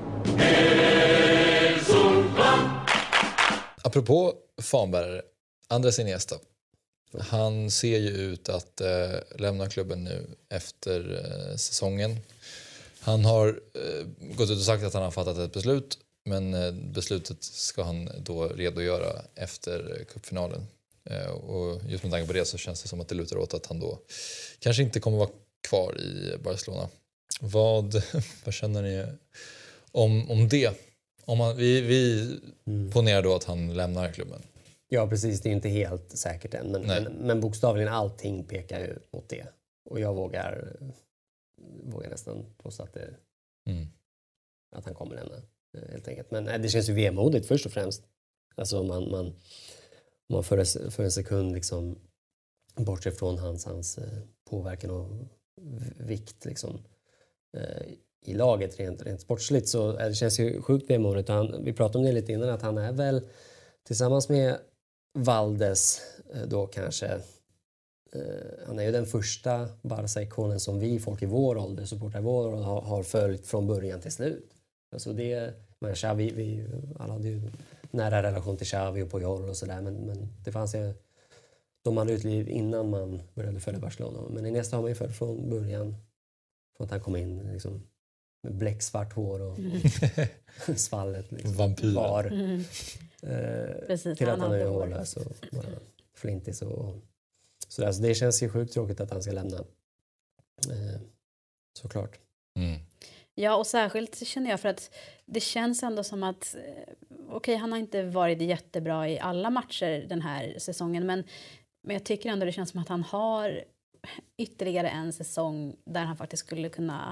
Apropå fanbärare, Andres Iniesta. Han ser ju ut att eh, lämna klubben nu efter eh, säsongen. Han har eh, gått ut och sagt att han har fattat ett beslut. Men eh, beslutet ska han då redogöra efter eh, cupfinalen. Eh, och just med tanke på det så känns det som att det lutar åt att han då kanske inte kommer vara kvar i Barcelona. Vad, vad känner ni om, om det? Om man, vi vi Mm. ponerar då att han lämnar klubben. Ja, precis. Det är inte helt säkert än. Men, men, men bokstavligen allting pekar ju mot det. Och jag vågar, vågar nästan påstå att, det, Mm. att han kommer lämna. Helt enkelt. Men nej, det känns ju vemodigt först och främst. Alltså man, man, man för, för en sekund liksom bortser från hans, hans påverkan och vikt liksom, eh, i laget rent, rent sportsligt. Så det känns ju sjukt vemodigt. Han, vi pratade om det lite innan att han är väl tillsammans med Valdes då kanske eh, han är ju den första Barca-ikonen som vi folk i vår ålder, supportrar i vår ålder, har, har följt från början till slut. Alltså det, men Xavi, vi alla hade ju nära relation till Xavi och Puyol och sådär, men, men det fanns ju, de hade ett liv innan man började följa Barcelona. Men i nästa har man ju följt från början, från att han kom in liksom, med bläcksvart hår och, Mm. och svallet liksom, Vampyr. var. Mm. Eh, Precis, till att han han är hade hår. hårlös och bara flintig. Och, så alltså, det känns ju sjukt tråkigt att han ska lämna. Eh, såklart. Mm. Ja, och särskilt känner jag för att det känns ändå som att eh, okej, okay, han har inte varit jättebra i alla matcher den här säsongen, men, men jag tycker ändå det känns som att han har ytterligare en säsong där han faktiskt skulle kunna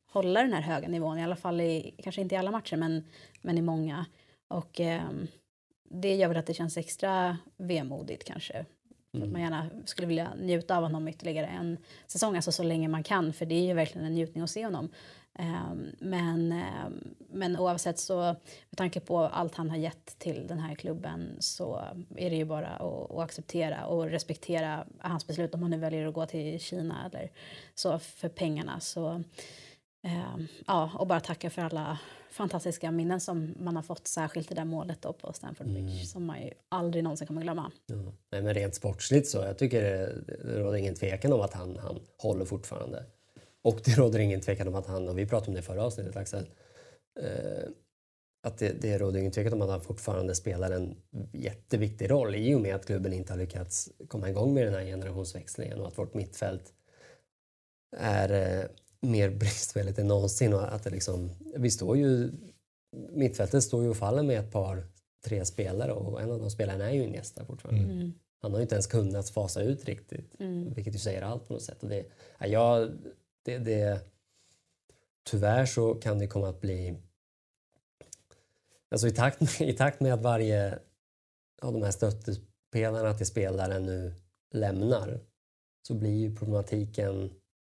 hålla den här höga nivån. I alla fall i, kanske inte i alla matcher, men, men i många. Och eh, det gör väl att det känns extra vemodigt kanske. Mm. Att man gärna skulle vilja njuta av honom ytterligare en säsong, alltså så länge man kan. För det är ju verkligen en njutning att se honom. Um, men, um, men oavsett så, med tanke på allt han har gett till den här klubben, så är det ju bara att, att acceptera och respektera hans beslut om han nu väljer att gå till Kina eller så för pengarna. Så um, ja, och bara tacka för alla fantastiska minnen som man har fått, särskilt i det där målet då på Stamford Bridge, mm. som man ju aldrig någonsin kommer glömma. Ja. Nej, men rent sportsligt så, jag tycker det, det råder ingen tvekan om att han, han håller fortfarande. Och det råder ingen tvekan om att han, och vi pratade om det förra avsnittet, Axel, eh, att det, det råder ingen tvekan om att han fortfarande spelar en jätteviktig roll i och med att klubben inte har lyckats komma igång med den här generationsväxlingen och att vårt mittfält är eh, mer bristfälligt än någonsin. Och att det liksom, vi står ju, mittfältet står ju och faller med ett par, tre spelare, och en av de spelarna är ju Iniesta fortfarande. Mm. Han har ju inte ens kunnat fasa ut riktigt, mm. vilket ju säger allt på något sätt. Och det, ja, jag, det, det, tyvärr så kan det komma att bli, alltså i takt med, i takt med att varje av de här stöttespelarna till spelaren nu lämnar, så blir ju problematiken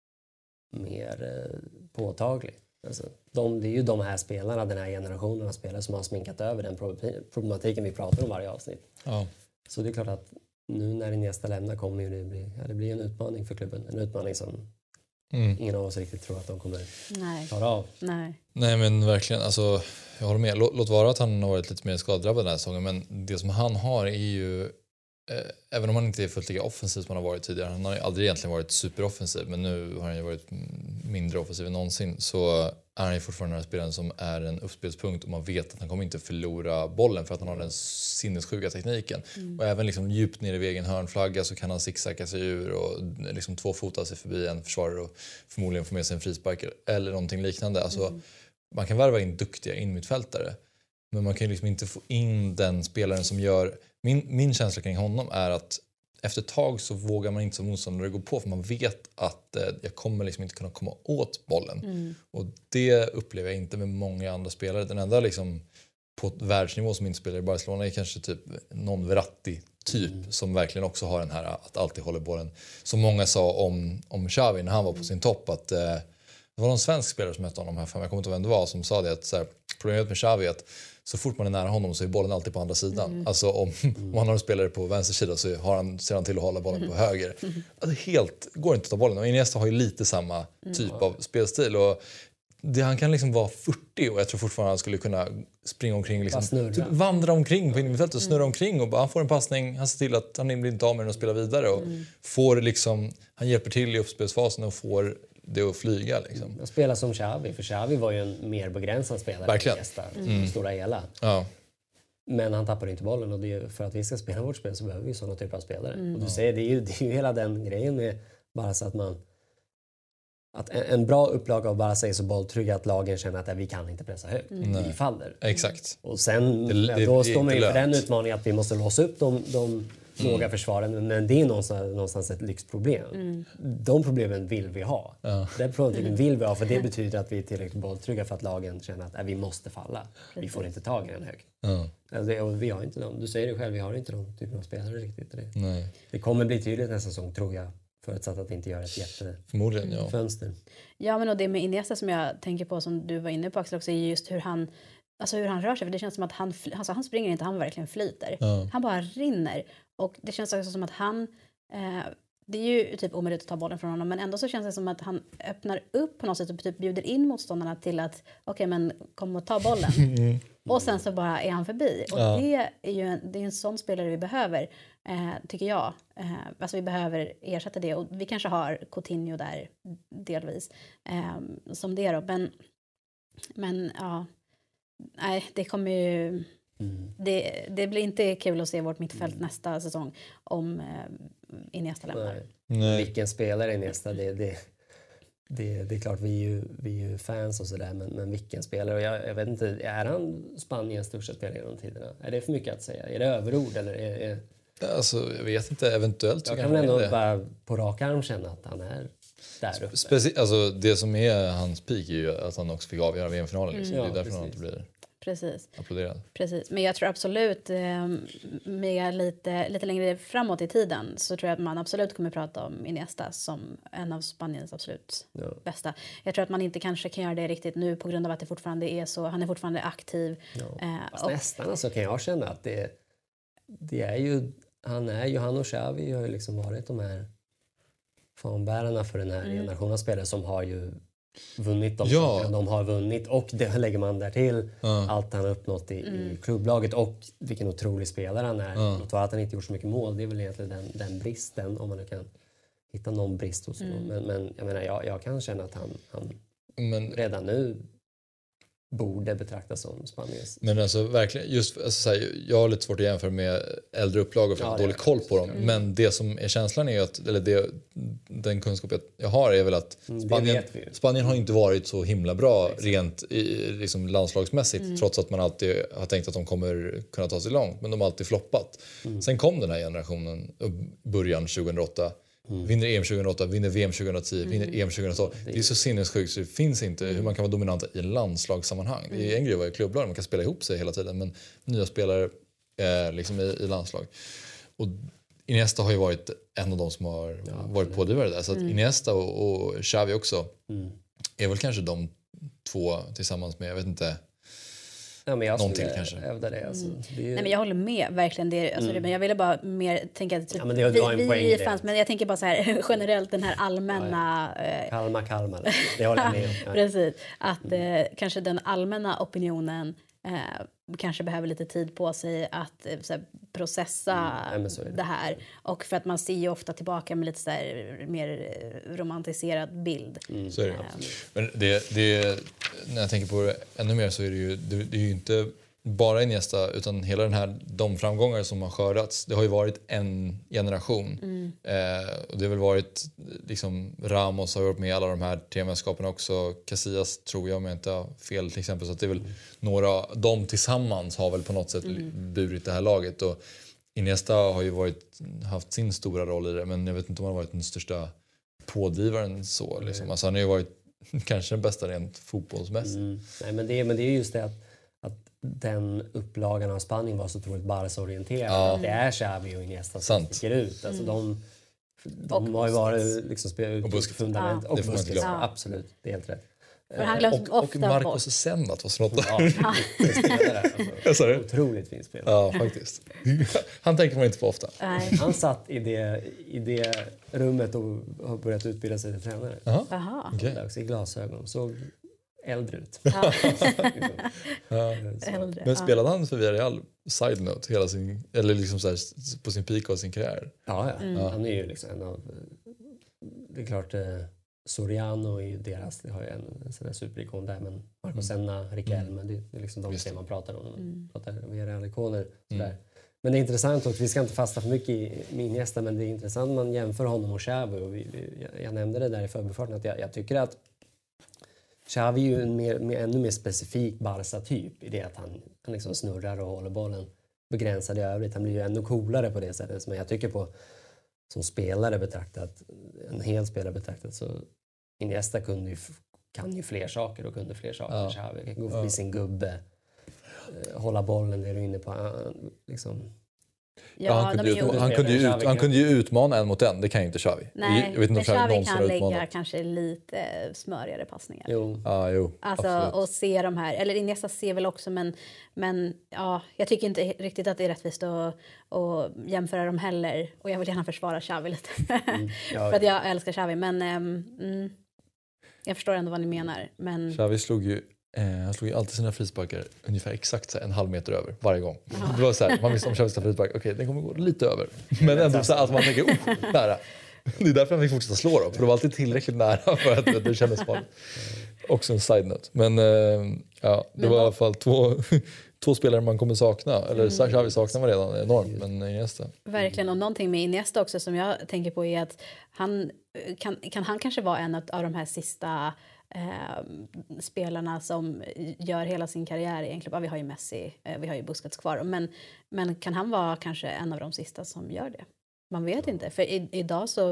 mer eh, påtaglig. Alltså, de, det är ju de här spelarna, den här generationen av spelare som har sminkat över den problematiken vi pratar om varje avsnitt. Ja. Så det är klart att nu när Iniesta lämnar kommer ju det bli, ja, det blir en utmaning för klubben. En utmaning som mm. ingen av oss riktigt tror att de kommer Nej. klara av. Nej. Nej, men verkligen, alltså, jag håller med. Låt, låt vara att han har varit lite mer skadedrabbad den här säsongen, men det som han har är ju, eh, även om han inte är fullt lika offensiv som han har varit tidigare, han har ju aldrig egentligen varit superoffensiv, men nu har han ju varit mindre offensiv än någonsin, så är han ju fortfarande den här spelaren som är en uppspelspunkt, och man vet att han kommer inte förlora bollen för att han har den sinnessjuka tekniken. Mm. Och även liksom djupt ner i egen hörnflagga så kan han zigzacka sig ur och liksom tvåfota sig förbi en försvarare och förmodligen få med sig en frispark eller någonting liknande. Alltså, mm. man kan värva in duktiga inmittfältare, men man kan ju liksom inte få in den spelaren som gör... Min, min känsla kring honom är att efter ett tag så vågar man inte som motståndare gå på, för man vet att eh, jag kommer liksom inte kunna komma åt bollen. Mm. Och det upplever jag inte med många andra spelare. Den enda liksom på världsnivå som inte spelar i Barcelona är kanske typ någon Verratti typ mm. som verkligen också har den här att alltid hålla bollen. Som många sa om, om Xavi när han var på sin topp, att eh, det var någon svensk spelare som hette honom här, för jag kommer inte ihåg vem det var, som sa det, att så här, problemet med Xavi är att så fort man är nära honom så är bollen alltid på andra sidan. Mm. Alltså om, mm. om han har en spelare på vänster sida så har han, ser han till att hålla bollen mm. på höger. Mm. Alltså helt, går inte att ta bollen. Och Iniesta har ju lite samma typ mm. av spelstil. Och det, han kan liksom vara fyrtio och jag tror fortfarande han skulle kunna springa omkring, liksom, typ vandra omkring på innerfältet och snurra mm. omkring. Och bara, han får en passning, han ser till att han blir inte av med den och spelar vidare. Och mm. får liksom, han hjälper till i uppspelsfasen och får det att flyga liksom. Jag spelar som Xavi, för Xavi var ju en mer begränsad spelare. Verkligen. Än mm. stora hela. Ja. Men han tappar inte bollen, och det är, för att vi ska spela vårt spel så behöver vi sådana typer av spelare. Mm. Och du säger, det är, ju, det är ju hela den grejen med bara så att man att en, en bra upplaga av bara säga så bolltrygga att lagen känner att vi kan inte pressa högt. Mm. Vi faller. Exakt. Och sen det, det, då står man inför den utmaningen att vi måste låsa upp de, de låga mm. försvaren, men det är någonstans, någonstans ett lyxproblem. Mm. De problemen vill vi ha. Ja. Den problemen vill vi ha, för det betyder att vi är tillräckligt bolltrygga för att lagen känner att äh, vi måste falla. Vi får inte tag i den högt. Ja. Alltså det, och vi har inte dem. Du säger det själv, vi har inte de typen av spelare riktigt. Det, Nej. det kommer bli tydligt nästa säsong, tror jag. Förutsatt att vi inte gör ett jättefönster. Ja. ja, men och det med Iniesta som jag tänker på, som du var inne på Axel också, är just hur han, alltså hur han rör sig. För det känns som att han, alltså han springer inte, han verkligen flyter. Ja. Han bara rinner. Och det känns också som att han, eh, det är ju typ omöjligt att ta bollen från honom, men ändå så känns det som att han öppnar upp på något sätt och typ bjuder in motståndarna till att okej, okay, men kom och ta bollen. Mm. Och sen så bara är han förbi. Och ja. det är ju en, det är en sån spelare vi behöver, eh, tycker jag. Eh, alltså vi behöver ersätta det, och vi kanske har Coutinho där delvis eh, som det då. Men, men ja, nej, det kommer ju... Mm. Det, det blir inte kul att se vårt mittfält mm. nästa säsong om eh, Iniesta lämnar. Nej. Nej. Vilken spelare Iniesta, det, det, det, det är klart vi är ju, vi är ju fans och sådär, men, men vilken spelare. Och jag, jag vet inte, är han Spaniens största spelare genom tiderna? Är det för mycket att säga? Är det överord eller är, är... Alltså, jag vet inte, eventuellt. Jag kan väl ändå bara på rak arm känna att han är där uppe. Speci- alltså, det som är hans peak är ju att han också fick avgöra V M-finalen. Liksom. Mm. Det är Ja, därför han inte precis. blir Precis. applåderad. Precis, men jag tror absolut eh, med lite, lite längre framåt i tiden så tror jag att man absolut kommer prata om Iniesta som en av Spaniens absolut Ja. bästa. Jag tror att man inte kanske kan göra det riktigt nu på grund av att det fortfarande är så, han är fortfarande aktiv. Ja. Eh, Fast och, nästan alltså kan jag känna att det, det är ju, han är ju, han och Xavi har ju liksom varit de här fanbärarna för den här Mm. generationen av spelare som har ju vunnit de Ja. sakerna de har vunnit och det lägger man där till Ja. allt han har uppnått i, Mm. i klubblaget och vilken otrolig spelare han är. Ja. Låt vara att han inte gjort så mycket mål, det är väl egentligen den, den bristen om man nu kan hitta någon brist hos honom. Mm. Men, men jag menar, jag, jag kan känna att han, han Men, redan nu borde betraktas som Spaniens. men alltså verkligen, just, alltså, så här, jag har lite svårt att jämföra med äldre upplagor för att Ja, ha det dålig är koll på dem. Mm. Men det som är känslan är ju att, eller det, den kunskap jag- jag har är väl att Mm, det Spanien, vet vi ju. Spanien har inte varit så himla bra Exakt. rent i, liksom landslagsmässigt Mm. trots att man alltid har tänkt att de kommer kunna ta sig långt. Men de har alltid floppat. Mm. Sen kom den här generationen, början tjugohundraåtta. Vinner E M tjugohundraåtta, vinner V M tjugohundratio, vinner E M tjugohundratolv. Det är så sinnessjukt så det finns inte hur man kan vara dominanta i landslagssammanhang. Det är en grej att vara i klubblag, man kan spela ihop sig hela tiden. Men nya spelare eh, liksom i, i landslag. Och Iniesta har ju varit en av de som har varit pådrivare där. Så att Iniesta och, och Xavi också Mm. är väl kanske de två tillsammans med, jag vet inte. Ja, men jag Någon skulle till kanske. hävda det. Alltså. det är, nej, men jag håller med verkligen det, alltså, det, men jag ville bara mer tänka att typ, Ja, men det- du har en vi, poäng vi i det. är fans, men jag tänker bara så här generellt den här allmänna eh, Kalmar, Kalmar. Det håller jag med om. Ja. precis, att eh, kanske den allmänna opinionen eh, kanske behöver lite tid på sig att eh, så här, processa Mm, ja, men så är det. det här. Och för att man ser ju ofta tillbaka med lite så här, mer eh, romantiserad bild. Så är det. Men det, det, när jag tänker på det ännu mer så är det ju, det, det är ju inte bara Iniesta utan hela den här, de framgångar som har skördats. Det har ju varit en generation. Eh, och det har väl varit liksom, Ramos har varit med i alla de här temaskapen också. Casillas tror jag om jag inte har fel till exempel. Så att det är väl några, de tillsammans har väl på något sätt burit det här laget. Och Iniesta har ju varit, haft sin stora roll i det, men jag vet inte om han har varit den största pådrivaren så. Liksom. Alltså, han har ju varit kanske den bästa rent fotbollsmässigt. Mm. Nej, men, det, men det är just det att, att den upplagan av Spanien var så otroligt Barca-orienterad. Ja. Att det är Xavi och Iniesta som Sant. sticker ut. Alltså, de de Och har ju varit Busquets. liksom spelat Och ut Busquets. fundament. Ja. Och Det får man inte Busquets, glömma. absolut. Det är helt rätt. För han glöms Och, och ofta Marcos bort. Senat var snart där. Ja, fin spelare. Alltså, Jag sa det. otroligt fin spelare. Ja, faktiskt. Han tänker man inte på ofta. Nej. Han satt i det, i det rummet och har börjat utbilda sig till tränare. Jaha. Jaha. Okej. Dags i glasögon. Såg äldre ut. Ja. Ja. Äldre. Men spelade han för Villarreal, side note, hela sin, eller liksom så här, på sin peak av sin karriär? Ja, ja. Mm. Han är ju liksom en av... Det är klart, eh, Soriano är ju deras, det har ju en, en sån där superikon där, men Marco Senna, Riquelme, det, det är liksom de Visst. tre man pratar om när man Mm. pratar Villarreal-ikoner. sådär. Mm. Men det är intressant också, vi ska inte fastna för mycket i min gästa, men det är intressant när man jämför honom och Xavi. Och vi, vi, jag, jag nämnde det där i förbifarten, att jag, jag tycker att Xavi är ju en mer, mer, ännu mer specifik Barca-typ i det att han, han liksom snurrar och håller bollen begränsad i övrigt. Han blir ju ännu coolare på det sättet, men jag tycker på som spelare betraktat, en hel spelare betraktat, så Iniesta kunde ju, kan ju fler saker och kunde fler saker. Ja. Xavi kan gå förbi Ja. sin gubbe, eh, hålla bollen, det är du inne på. Han, liksom, Ja, han, kunde de ju, är ju- han, kunde ju ut, Xavi han kan- kunde ju utmana en mot en, det kan ju inte Xavi. Nej, jag vet inte men om Xavi Xavi någonsin kan har lägga utmanat. kanske lite smörigare passningar. jo, Ja, jo, Alltså, absolut. och se de här, eller Iniesta ser väl också, men, men ja, jag tycker inte riktigt att det är rättvist att, att jämföra dem heller. Och jag vill gärna försvara Xavi lite. ja, För att jag älskar Xavi, men ehm, mm, jag förstår ändå vad ni menar. Men Xavi slog ju, eh, han slog ju alltid sina frisparkar ungefär exakt så här, en halv meter över varje gång. Det var så här, man visste om Xavi ska frispark, okej den kommer gå lite över. Men ändå så här, att man tänker, oh, nära. Det är därför han fick fortsätta slå dem, för det var alltid tillräckligt nära för att det kändes farligt. Också en side note. Men eh, ja, det Men var i vad- alla fall två, två spelare man kommer sakna. Eller mm. Xavi saknar man redan enormt, men Iniesta. verkligen, och någonting med Iniesta också som jag tänker på är att han kan, kan han kanske vara en av de här sista eh, spelarna som gör hela sin karriär i en klubb. Ja, vi har ju Messi, eh, vi har ju Busquets kvar, men, men kan han vara kanske en av de sista som gör det? Man vet inte, för i, idag så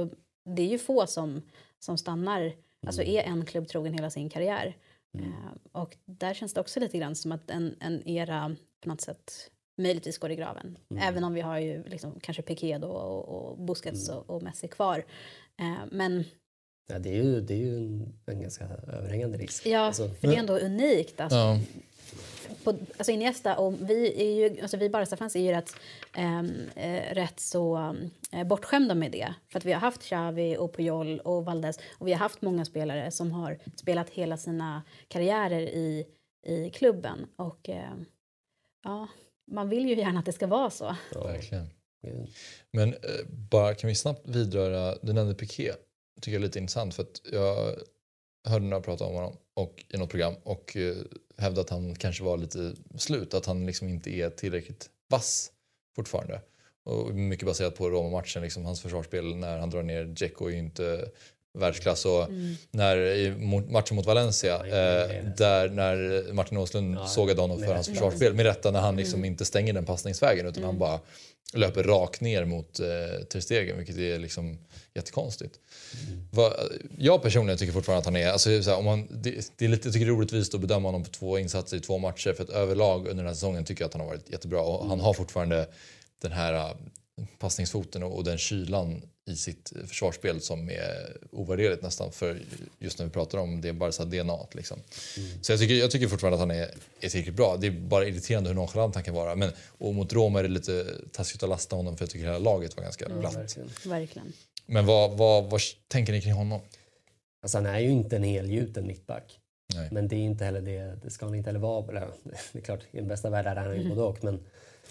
det är ju få som, som stannar, mm. alltså är en klubb trogen hela sin karriär. Mm. Uh, och där känns det också lite grann som att en, en era på något sätt möjligtvis går i graven. Mm. Även om vi har ju liksom kanske Piqué då och, och Busquets mm. och, och Messi kvar. Uh, men ja, det är ju, det är ju en, en ganska överhängande risk. Ja, alltså, för det är ändå unikt. Alltså, ja. på, alltså Iniesta och vi är ju, alltså vi Barca-fans är ju rätt, eh, rätt så eh, bortskämda med det. För att vi har haft Xavi och Puyol och Valdez och vi har haft många spelare som har spelat hela sina karriärer i, i klubben. Och eh, ja, man vill ju gärna att det ska vara så. Ja, verkligen. Men eh, bara kan vi snabbt vidröra, du nämnde Piqué. Tycker jag är lite intressant för att jag hörde några prata om honom och, i något program och eh, hävdade att han kanske var lite slut, att han liksom inte är tillräckligt vass fortfarande. Och mycket baserat på Roma-matchen, liksom, hans försvarsspel när han drar ner Dzeko är ju inte världsklass. Och mm. när i matchen mot Valencia, eh, där när Martin Åslund ja, sågade honom för hans försvarsspel, med rätta när han liksom mm. inte stänger den passningsvägen utan mm. han bara löper rakt ner mot eh, Ter Stegen, vilket är liksom jättekonstigt. Mm. Va, jag personligen tycker fortfarande att han är, alltså, såhär, om man, det, det är lite, jag tycker det är orättvist att bedöma honom på två insatser i två matcher, för att överlag under den här säsongen tycker jag att han har varit jättebra och mm. han har fortfarande den här uh, passningsfoten och, och den kylan i sitt försvarsspel som är ovärderligt nästan, för just när vi pratar om det bara så D N A liksom. Mm. Så jag tycker, jag tycker fortfarande att han är, är tillräckligt bra. Det är bara irriterande hur nonchalant han kan vara. Men, och mot Roma är det lite taskigt att lasta honom, för jag tycker hela laget var ganska mm, glatt. Verkligen. verkligen. Men vad, vad, vad tänker ni kring honom? Alltså han är ju inte en helgjuten mittback. Nej. Men det är inte heller det, det ska han inte heller vara. Eller, det är klart, i den bästa världen är han ju mm. både och, men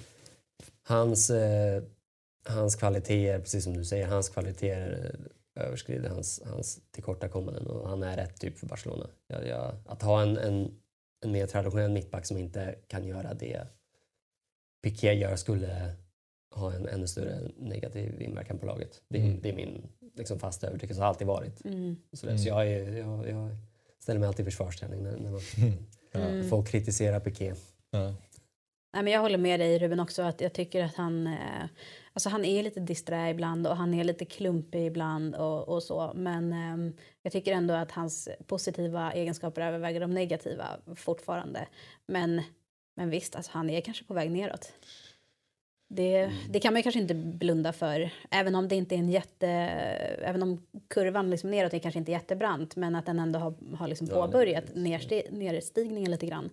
hans... Eh, Hans kvaliteter, precis som du säger, hans kvaliteter överskrider hans, hans tillkortakommanden och han är rätt typ för Barcelona. Jag, jag, att ha en, en, en mer traditionell mittback som inte kan göra det Piqué gör skulle ha en ännu större negativ inverkan på laget. Det, mm. det är min liksom, fasta övertygelse, har alltid varit. Mm. Så, mm. så jag, är, jag, jag ställer mig alltid i försvarsställning när, när man mm. får kritisera Piqué. Ja. Nej, men jag håller med dig, Ruben, också att jag tycker att han eh, alltså han är lite disträ ibland och han är lite klumpig ibland och, och så, men eh, jag tycker ändå att hans positiva egenskaper överväger de negativa fortfarande, men, men visst, alltså, han är kanske på väg neråt. Det, mm. det kan man ju kanske inte blunda för, även om det inte är en jätte, även om kurvan liksom neråt är kanske inte jättebrant, men att den ändå har, har liksom påbörjat nersti, nerstigningen lite grann.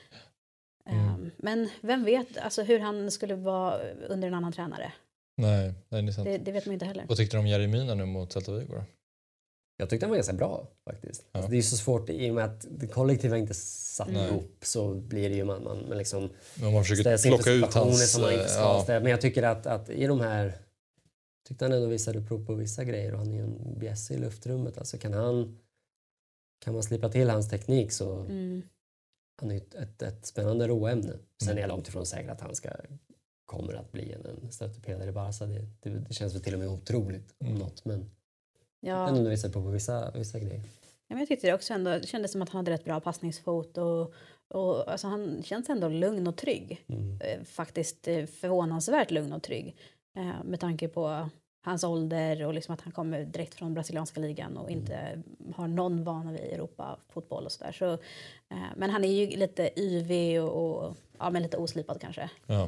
Mm. Um, men vem vet alltså, hur han skulle vara under en annan tränare? Nej, nej det är sant. Det, det vet man inte heller. Vad tyckte du om Jerry Mina nu mot Celta Vigo då? Jag tyckte han var ganska bra faktiskt. Ja. Alltså, det är så svårt i och med att det kollektiva inte satt mm. ihop, så blir det ju man, man men liksom men man försöker plocka ut hans som man inte ska ja. ställa. Men jag tycker att, att i de här tyckte han ändå visade prov på vissa grejer och han är ju en bjässe i luftrummet. Alltså kan han kan man slipa till hans teknik så mm. han är ett, ett, ett spännande råämne. Sen mm. är jag långt ifrån säker att han ska kommer att bli en, en stöttepelare i Barca. Det, det, det känns väl till och med otroligt om mm. något, men ja. ändå visar på, på vissa, vissa grejer. Ja, men jag tyckte det också ändå, det kändes som att han hade rätt bra passningsfot och, och alltså han känns ändå lugn och trygg. Mm. Eh, faktiskt eh, förvånansvärt lugn och trygg. Eh, med tanke på hans ålder och liksom att han kommer direkt från brasilianska ligan och inte mm. har någon vana vid Europa-fotboll och sådär. Så, eh, men han är ju lite yvig och, och ja, men lite oslipad kanske. Ja.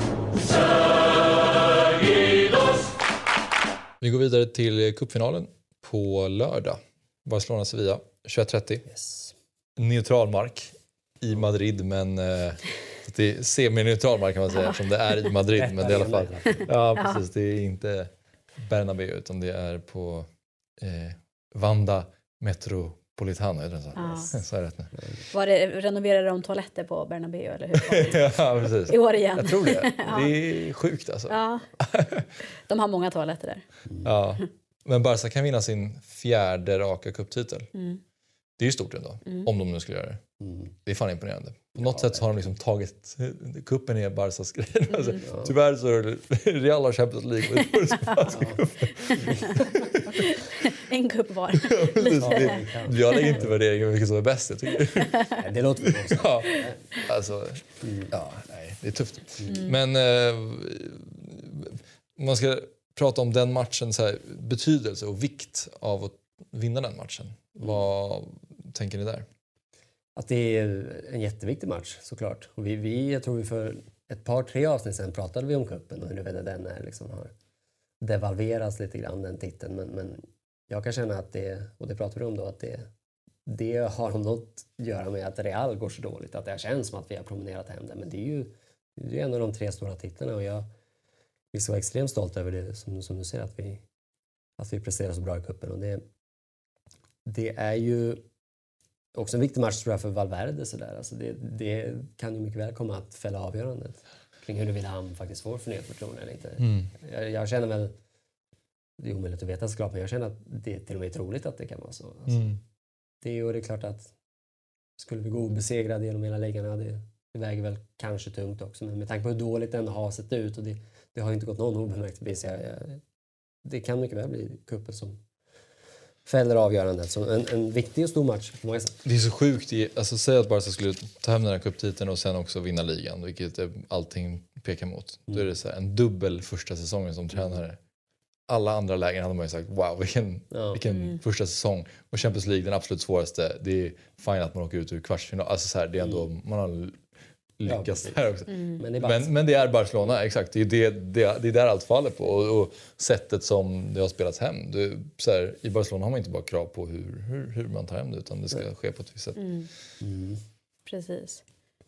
Vi går vidare till cupfinalen på lördag. Barcelona-Sevilla, tjugoett trettio. Yes. Neutral mark i Madrid, men eh, det är semi-neutral mark kan man säga, eftersom det är i Madrid. Men det är i alla fall, ja, precis, det är inte Bernabéu utan det är på eh, Wanda Metropolitano. Ja. Så är det rätt nu. Var det, renoverade de toaletter på Bernabéu eller hur? Ja, precis. I år igen. Jag tror det. Ja. Det är sjukt alltså. Ja. De har många toaletter där. Ja. Men Barca kan vinna sin fjärde raka cuptitel. Mm. Det är ju stort ändå, mm. om de nu skulle göra det. Mm. Det är fan imponerande. På något ja, sätt så har de liksom tagit kuppen i Barcas grejer. Mm. Alltså, ja. Tyvärr så är det Real har Champions League. En kupp var. Ja, vi har inte värdering om vilket som är bäst, jag tycker. Nej, det låter bra. Ja, alltså, ja, nej, det är tufft. Mm. Men eh, man ska prata om den matchen, så här, betydelse och vikt av att vinna den matchen. Mm. Vad tänker ni där? Att det är en jätteviktig match såklart. Och vi, vi, jag tror vi för ett par, tre avsnitt sedan pratade vi om kuppen och huruvida den är, liksom, har devalverats lite grann, den titeln. Men, men jag kan känna att det, och det pratar vi om då, att det, det har något att göra med att Real går så dåligt. Att det känns som att vi har promenerat hem det. Men det är ju det är en av de tre stora titlarna och jag vill vara extremt stolt över det som, som du ser, att vi, att vi presterar så bra i kuppen. Och det, det är ju också en viktig match tror jag för Valverde. Så där. Alltså det, det kan ju mycket väl komma att fälla avgörandet kring huruvida han faktiskt får förnyat förtroende eller inte. Mm. Jag, jag känner väl, det är omöjligt att veta såklart, men jag känner att det till och med är troligt att det kan vara så. Alltså, mm. det, är, och det är klart att skulle vi gå obesegrade genom hela ligan, ja, det, det väger väl kanske tungt också. Men med tanke på hur dåligt det ändå har sett ut och det, det har inte gått någon obemärkt. Det kan mycket väl bli kuppen som fäller avgörandet. Så en, en viktig och stor match på många sätt. Det är så sjukt. Alltså, säg att Barca skulle ta hem den här kupptiteln och sen också vinna ligan, vilket allting pekar mot. Mm. Då är det så här, en dubbel första säsongen som tränare. Mm. Alla andra lägen hade man ju sagt, wow, vilken, ja. vilken mm. första säsong. Och Champions League, den absolut svåraste. Det är fine att man åker ut ur kvartsfinal. Alltså så här, det är ändå, mm. man har lyckats ja, där också. Mm. Men, det men, men det är Barcelona, exakt. Det är, det, det, det är där allt faller på. Och, och sättet som det har spelats hem. Det, så här, i Barcelona har man inte bara krav på hur, hur, hur man tar hem det, utan det ska mm. ske på ett visst sätt. Mm. Mm. Precis.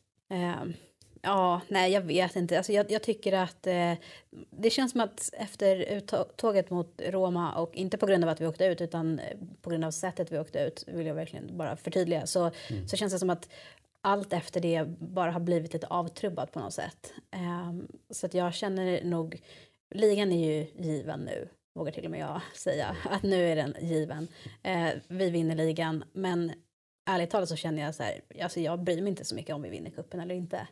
Um. Ja, nej jag vet inte. Alltså jag, jag tycker att eh, det känns som att efter uttåget mot Roma, och inte på grund av att vi åkte ut utan på grund av sättet vi åkte ut, vill jag verkligen bara förtydliga, så, mm. så känns det som att allt efter det bara har blivit lite avtrubbat på något sätt. Eh, så att jag känner nog, ligan är ju given nu, vågar till och med jag säga, att nu är den given. Eh, vi vinner ligan, men ärligt talat så känner jag så här, alltså jag bryr mig inte så mycket om vi vinner kuppen eller inte.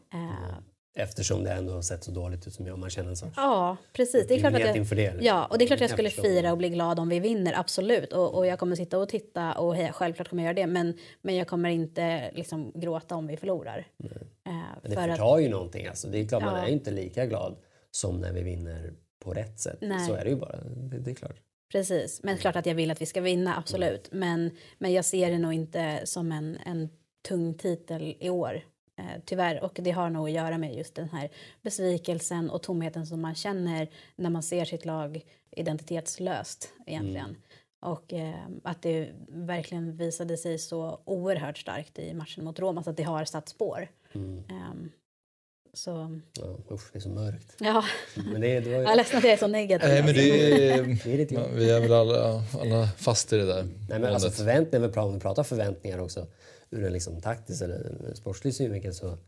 Uh, Eftersom det ändå har sett så dåligt ut som jag, man känner en sorts. Ja, precis. Det är klart att jag, inför det, liksom. Ja, och det är klart att jag skulle fira och bli glad om vi vinner, absolut. Och, och jag kommer sitta och titta och heja, självklart kommer jag göra det. Men, men jag kommer inte liksom gråta om vi förlorar. Uh, men det för förtar att, ju någonting. Alltså. Det är klart, ja. Man är inte lika glad som när vi vinner på rätt sätt. Nej. Så är det ju bara, det, det är klart. Precis, men klart att jag vill att vi ska vinna, absolut. Mm. Men, men jag ser det nog inte som en, en tung titel i år. Eh, tyvärr, och det har nog att göra med just den här besvikelsen och tomheten som man känner när man ser sitt lag identitetslöst egentligen. Mm. Och eh, att det verkligen visade sig så oerhört starkt i matchen mot Roma, så att det har satt spår. Mm. Um, så... Ja, usch, det är så mörkt. Ja, men det, det var ju... jag är ledsen att jag är så negativ. Nej, men det är, det är vi är väl alla, alla fast i det där. Nej, men alltså förväntningar, om vi pratar förväntningar också, ur en liksom taktisk eller sportslig synvinkel, så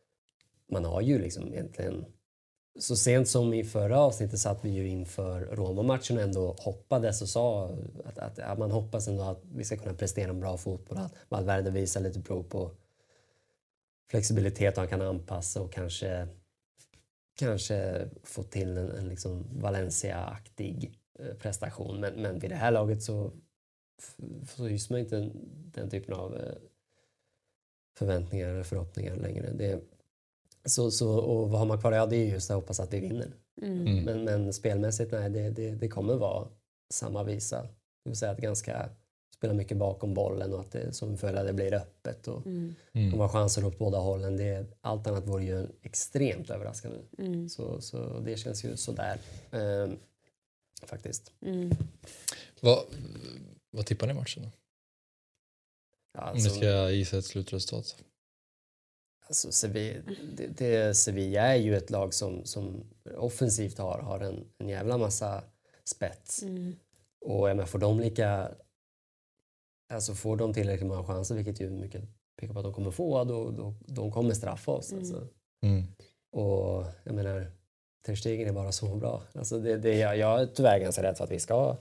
man har ju liksom egentligen, så sent som i förra avsnittet satt vi ju inför Roma-matchen och ändå hoppades och sa att, att, att man hoppas ändå att vi ska kunna prestera en bra fotboll, att Valverde visar lite prov på flexibilitet och han kan anpassa och kanske kanske få till en, en liksom Valencia-aktig prestation, men, men vid det här laget så så just man inte den, den typen av eh, förväntningar eller förhoppningar längre. Det, så, så, och vad har man kvar? Ja, det är just att hoppas att vi vinner. Mm. Men, men spelmässigt, nej, det, det, det kommer vara samma visa. Det vill säga att ganska spela mycket bakom bollen och att det som följer det blir öppet och mm. de har chanser åt båda hållen. Det, allt annat vore ju extremt överraskande. Mm. Så, så det känns ju sådär eh, faktiskt. Mm. Vad, vad tippar ni matchen då? Alltså, om ni ska gissa ett slutresultat. Alltså Sevilla, det, det, Sevilla är ju ett lag som, som offensivt har, har en, en jävla massa spets. Mm. Och jag menar, får de lika, alltså får de tillräckligt många chanser, vilket ju mycket pekar på att de kommer få, då, då de kommer straffa oss. Mm. Alltså. Mm. Och jag menar, Ter Stegen är bara så bra. Alltså det, det, jag, jag är tyvärr ganska rädd för att vi ska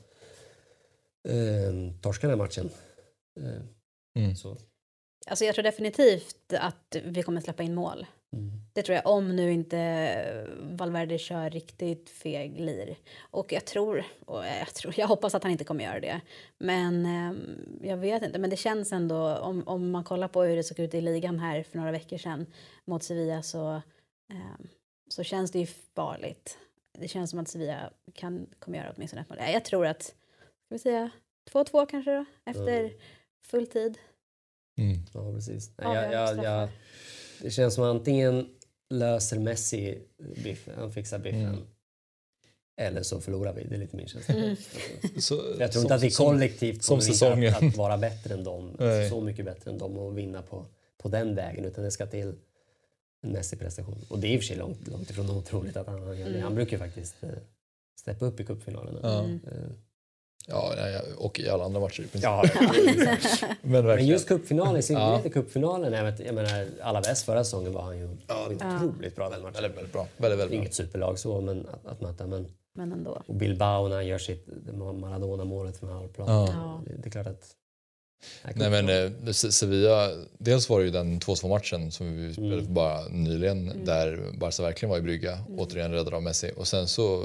eh, torska den här matchen. Eh, mm. så. Alltså jag tror definitivt att vi kommer släppa in mål. Mm. Det tror jag, om nu inte Valverde kör riktigt feg lir. Och jag tror, och jag tror, jag hoppas att han inte kommer göra det. Men eh, jag vet inte, men det känns ändå, om, om man kollar på hur det såg ut i ligan här för några veckor sedan mot Sevilla, så, eh, så känns det ju farligt. det känns som att Sevilla kan kommer göra åtminstone ett mål. Jag tror att, ska vi säga, två två kanske då, efter mm. full tid. Mm. Ja, precis. Ja, jag, jag, jag, det känns som antingen löser Messi biffen, han fixar biffen. Mm. Eller så förlorar vi, det är lite min känsla. Mm. Så, jag tror inte att vi kollektivt som, kommer som att, att vara bättre än dem. Nej. Så mycket bättre än dem och vinna på, på den vägen. Utan det ska till en Messi-prestation. Och det är i och för sig långt, långt ifrån otroligt att han gör det. Mm. Han brukar ju faktiskt uh, steppa upp i cupfinalerna. Mm. Uh, ja, och i alla andra matcher. Ja, men, men just cupfinalen, i synnerhet i cupfinalen, jag, vet, jag menar, Alaves förra säsongen var han ju ja, otroligt bra den matchen. Väldigt, väldigt bra. Väldigt, väldigt Inget bra. Superlag så, men att, att möta. Men, men ändå. Och Bilbao när han gör sitt Maradona-målet från halvplan. Ja. Det, det är klart att... Nej, men eh, Sevilla, dels var det ju den två två matchen som vi spelade mm. bara nyligen mm. där Barca verkligen var i brygga, mm. återigen räddade av Messi. Och sen så,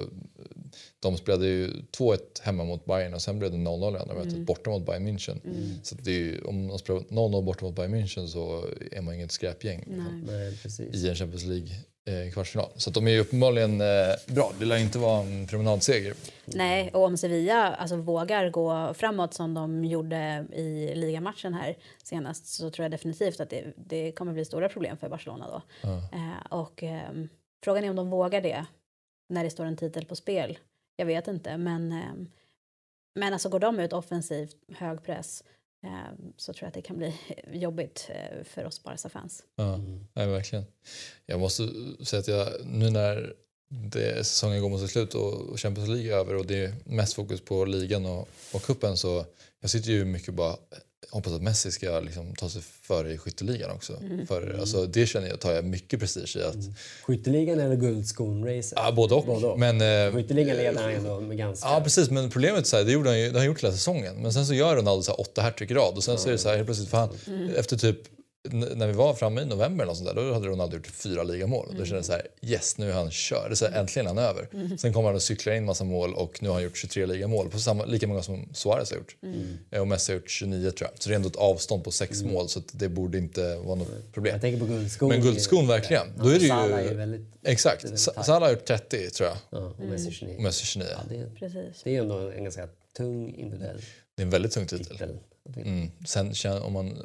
de spelade ju två ett hemma mot Bayern och sen blev det noll noll i andra mötet mm. borta mot Bayern München. Mm. Så det är ju, om man spelar noll noll borta mot Bayern München så är man inget skräpgäng. Nej. Nej, precis. I en Champions League eh, kvartsfinal. Så att de är ju uppenbarligen eh, bra. Det lär inte vara en promenadseger. Nej, och om Sevilla alltså, vågar gå framåt som de gjorde i ligamatchen här senast så tror jag definitivt att det, det kommer bli stora problem för Barcelona då. Ja. Eh, och eh, frågan är om de vågar det när det står en titel på spel. Jag vet inte, men, eh, men alltså går de ut offensivt, hög press eh, så tror jag att det kan bli jobbigt eh, för oss Barca-fans. Ja, nej, verkligen. Jag måste säga att jag, nu när det säsongen går mot sitt slut och Champions League är över och det är mest fokus på ligan och, och kuppen så jag sitter ju mycket bara hoppas att Messi ska liksom ta sig före i skytteligan också. Mm. För alltså, det känner jag tar jag mycket prestige i att... Mm. Skytteligan eller guldskon-racet? Ja, både och. Både och. Men, eh, skytteligan leder han ändå med ganska... Ja, precis. Men problemet är det gjorde han ju, det har han gjort hela säsongen. Men sen så gör Ronaldo så här åtta hattrick i rad och sen mm. så är det så här helt plötsligt för han, mm. efter typ när vi var framme i november eller sånt där, då hade Ronaldo gjort fyra ligamål. Mm. Då kände jag så här, yes, nu är han kör. Det så här, äntligen är han över. Mm. Sen kommer han och cyklar in massa mål och nu har han gjort tjugotre ligamål. På samma, lika många som Suarez har gjort. Mm. Och Messi har gjort tjugonio tror jag. Så det är ändå ett avstånd på sex mm. mål så att det borde inte vara något problem. Jag tänker på guldskon. Men guldskon verkligen. Ja. Då är det ju... Salah är väldigt... Exakt. Salah har gjort trettio tror jag. Ja, och Messi tjugonio. Och Messi tjugonio. Ja, det, är, Precis. Det är ändå en ganska tung individuell... Det är en väldigt tung titel. Mm. Sen om man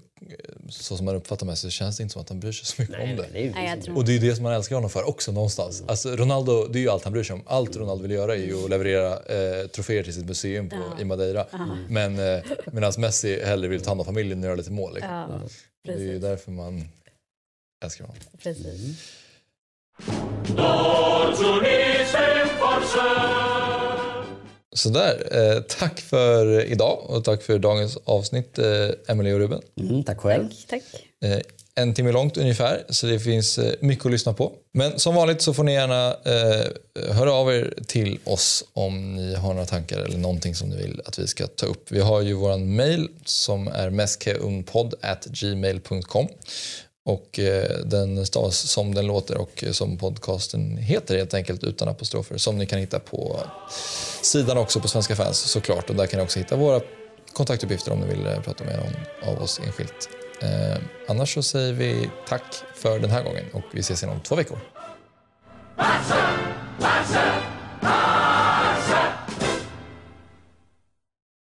så som man uppfattar med så känns det inte som att han bryr sig så mycket nej, om det. det nej, det. Och det är det som man älskar honom för också någonstans. Mm. Alltså Ronaldo, det är ju allt han bryr sig om. Allt Ronaldo vill göra är ju att leverera eh, troféer till sitt museum på, ja. i Madeira. Mm. Men eh, medan Messi hellre vill ta hand om familjen och göra lite mål. Liksom. Ja, det är ju därför man älskar honom. Precis. Mm. Så där, eh, tack för idag och tack för dagens avsnitt, eh, Emily och Ruben. Mm, tack själv. Tack, tack. Eh, en timme långt ungefär, så det finns eh, mycket att lyssna på. Men som vanligt så får ni gärna eh, höra av er till oss om ni har några tankar eller någonting som ni vill att vi ska ta upp. Vi har ju våran mail som är meskeungpodd at gmail punkt com. Och eh, den stavas som den låter och eh, som podcasten heter helt enkelt utan apostrofer. Som ni kan hitta på sidan också på Svenska fans såklart. Och där kan ni också hitta våra kontaktuppgifter om ni vill eh, prata med någon av oss enskilt. Eh, annars så säger vi tack för den här gången och vi ses igen om två veckor. Barca! Barca!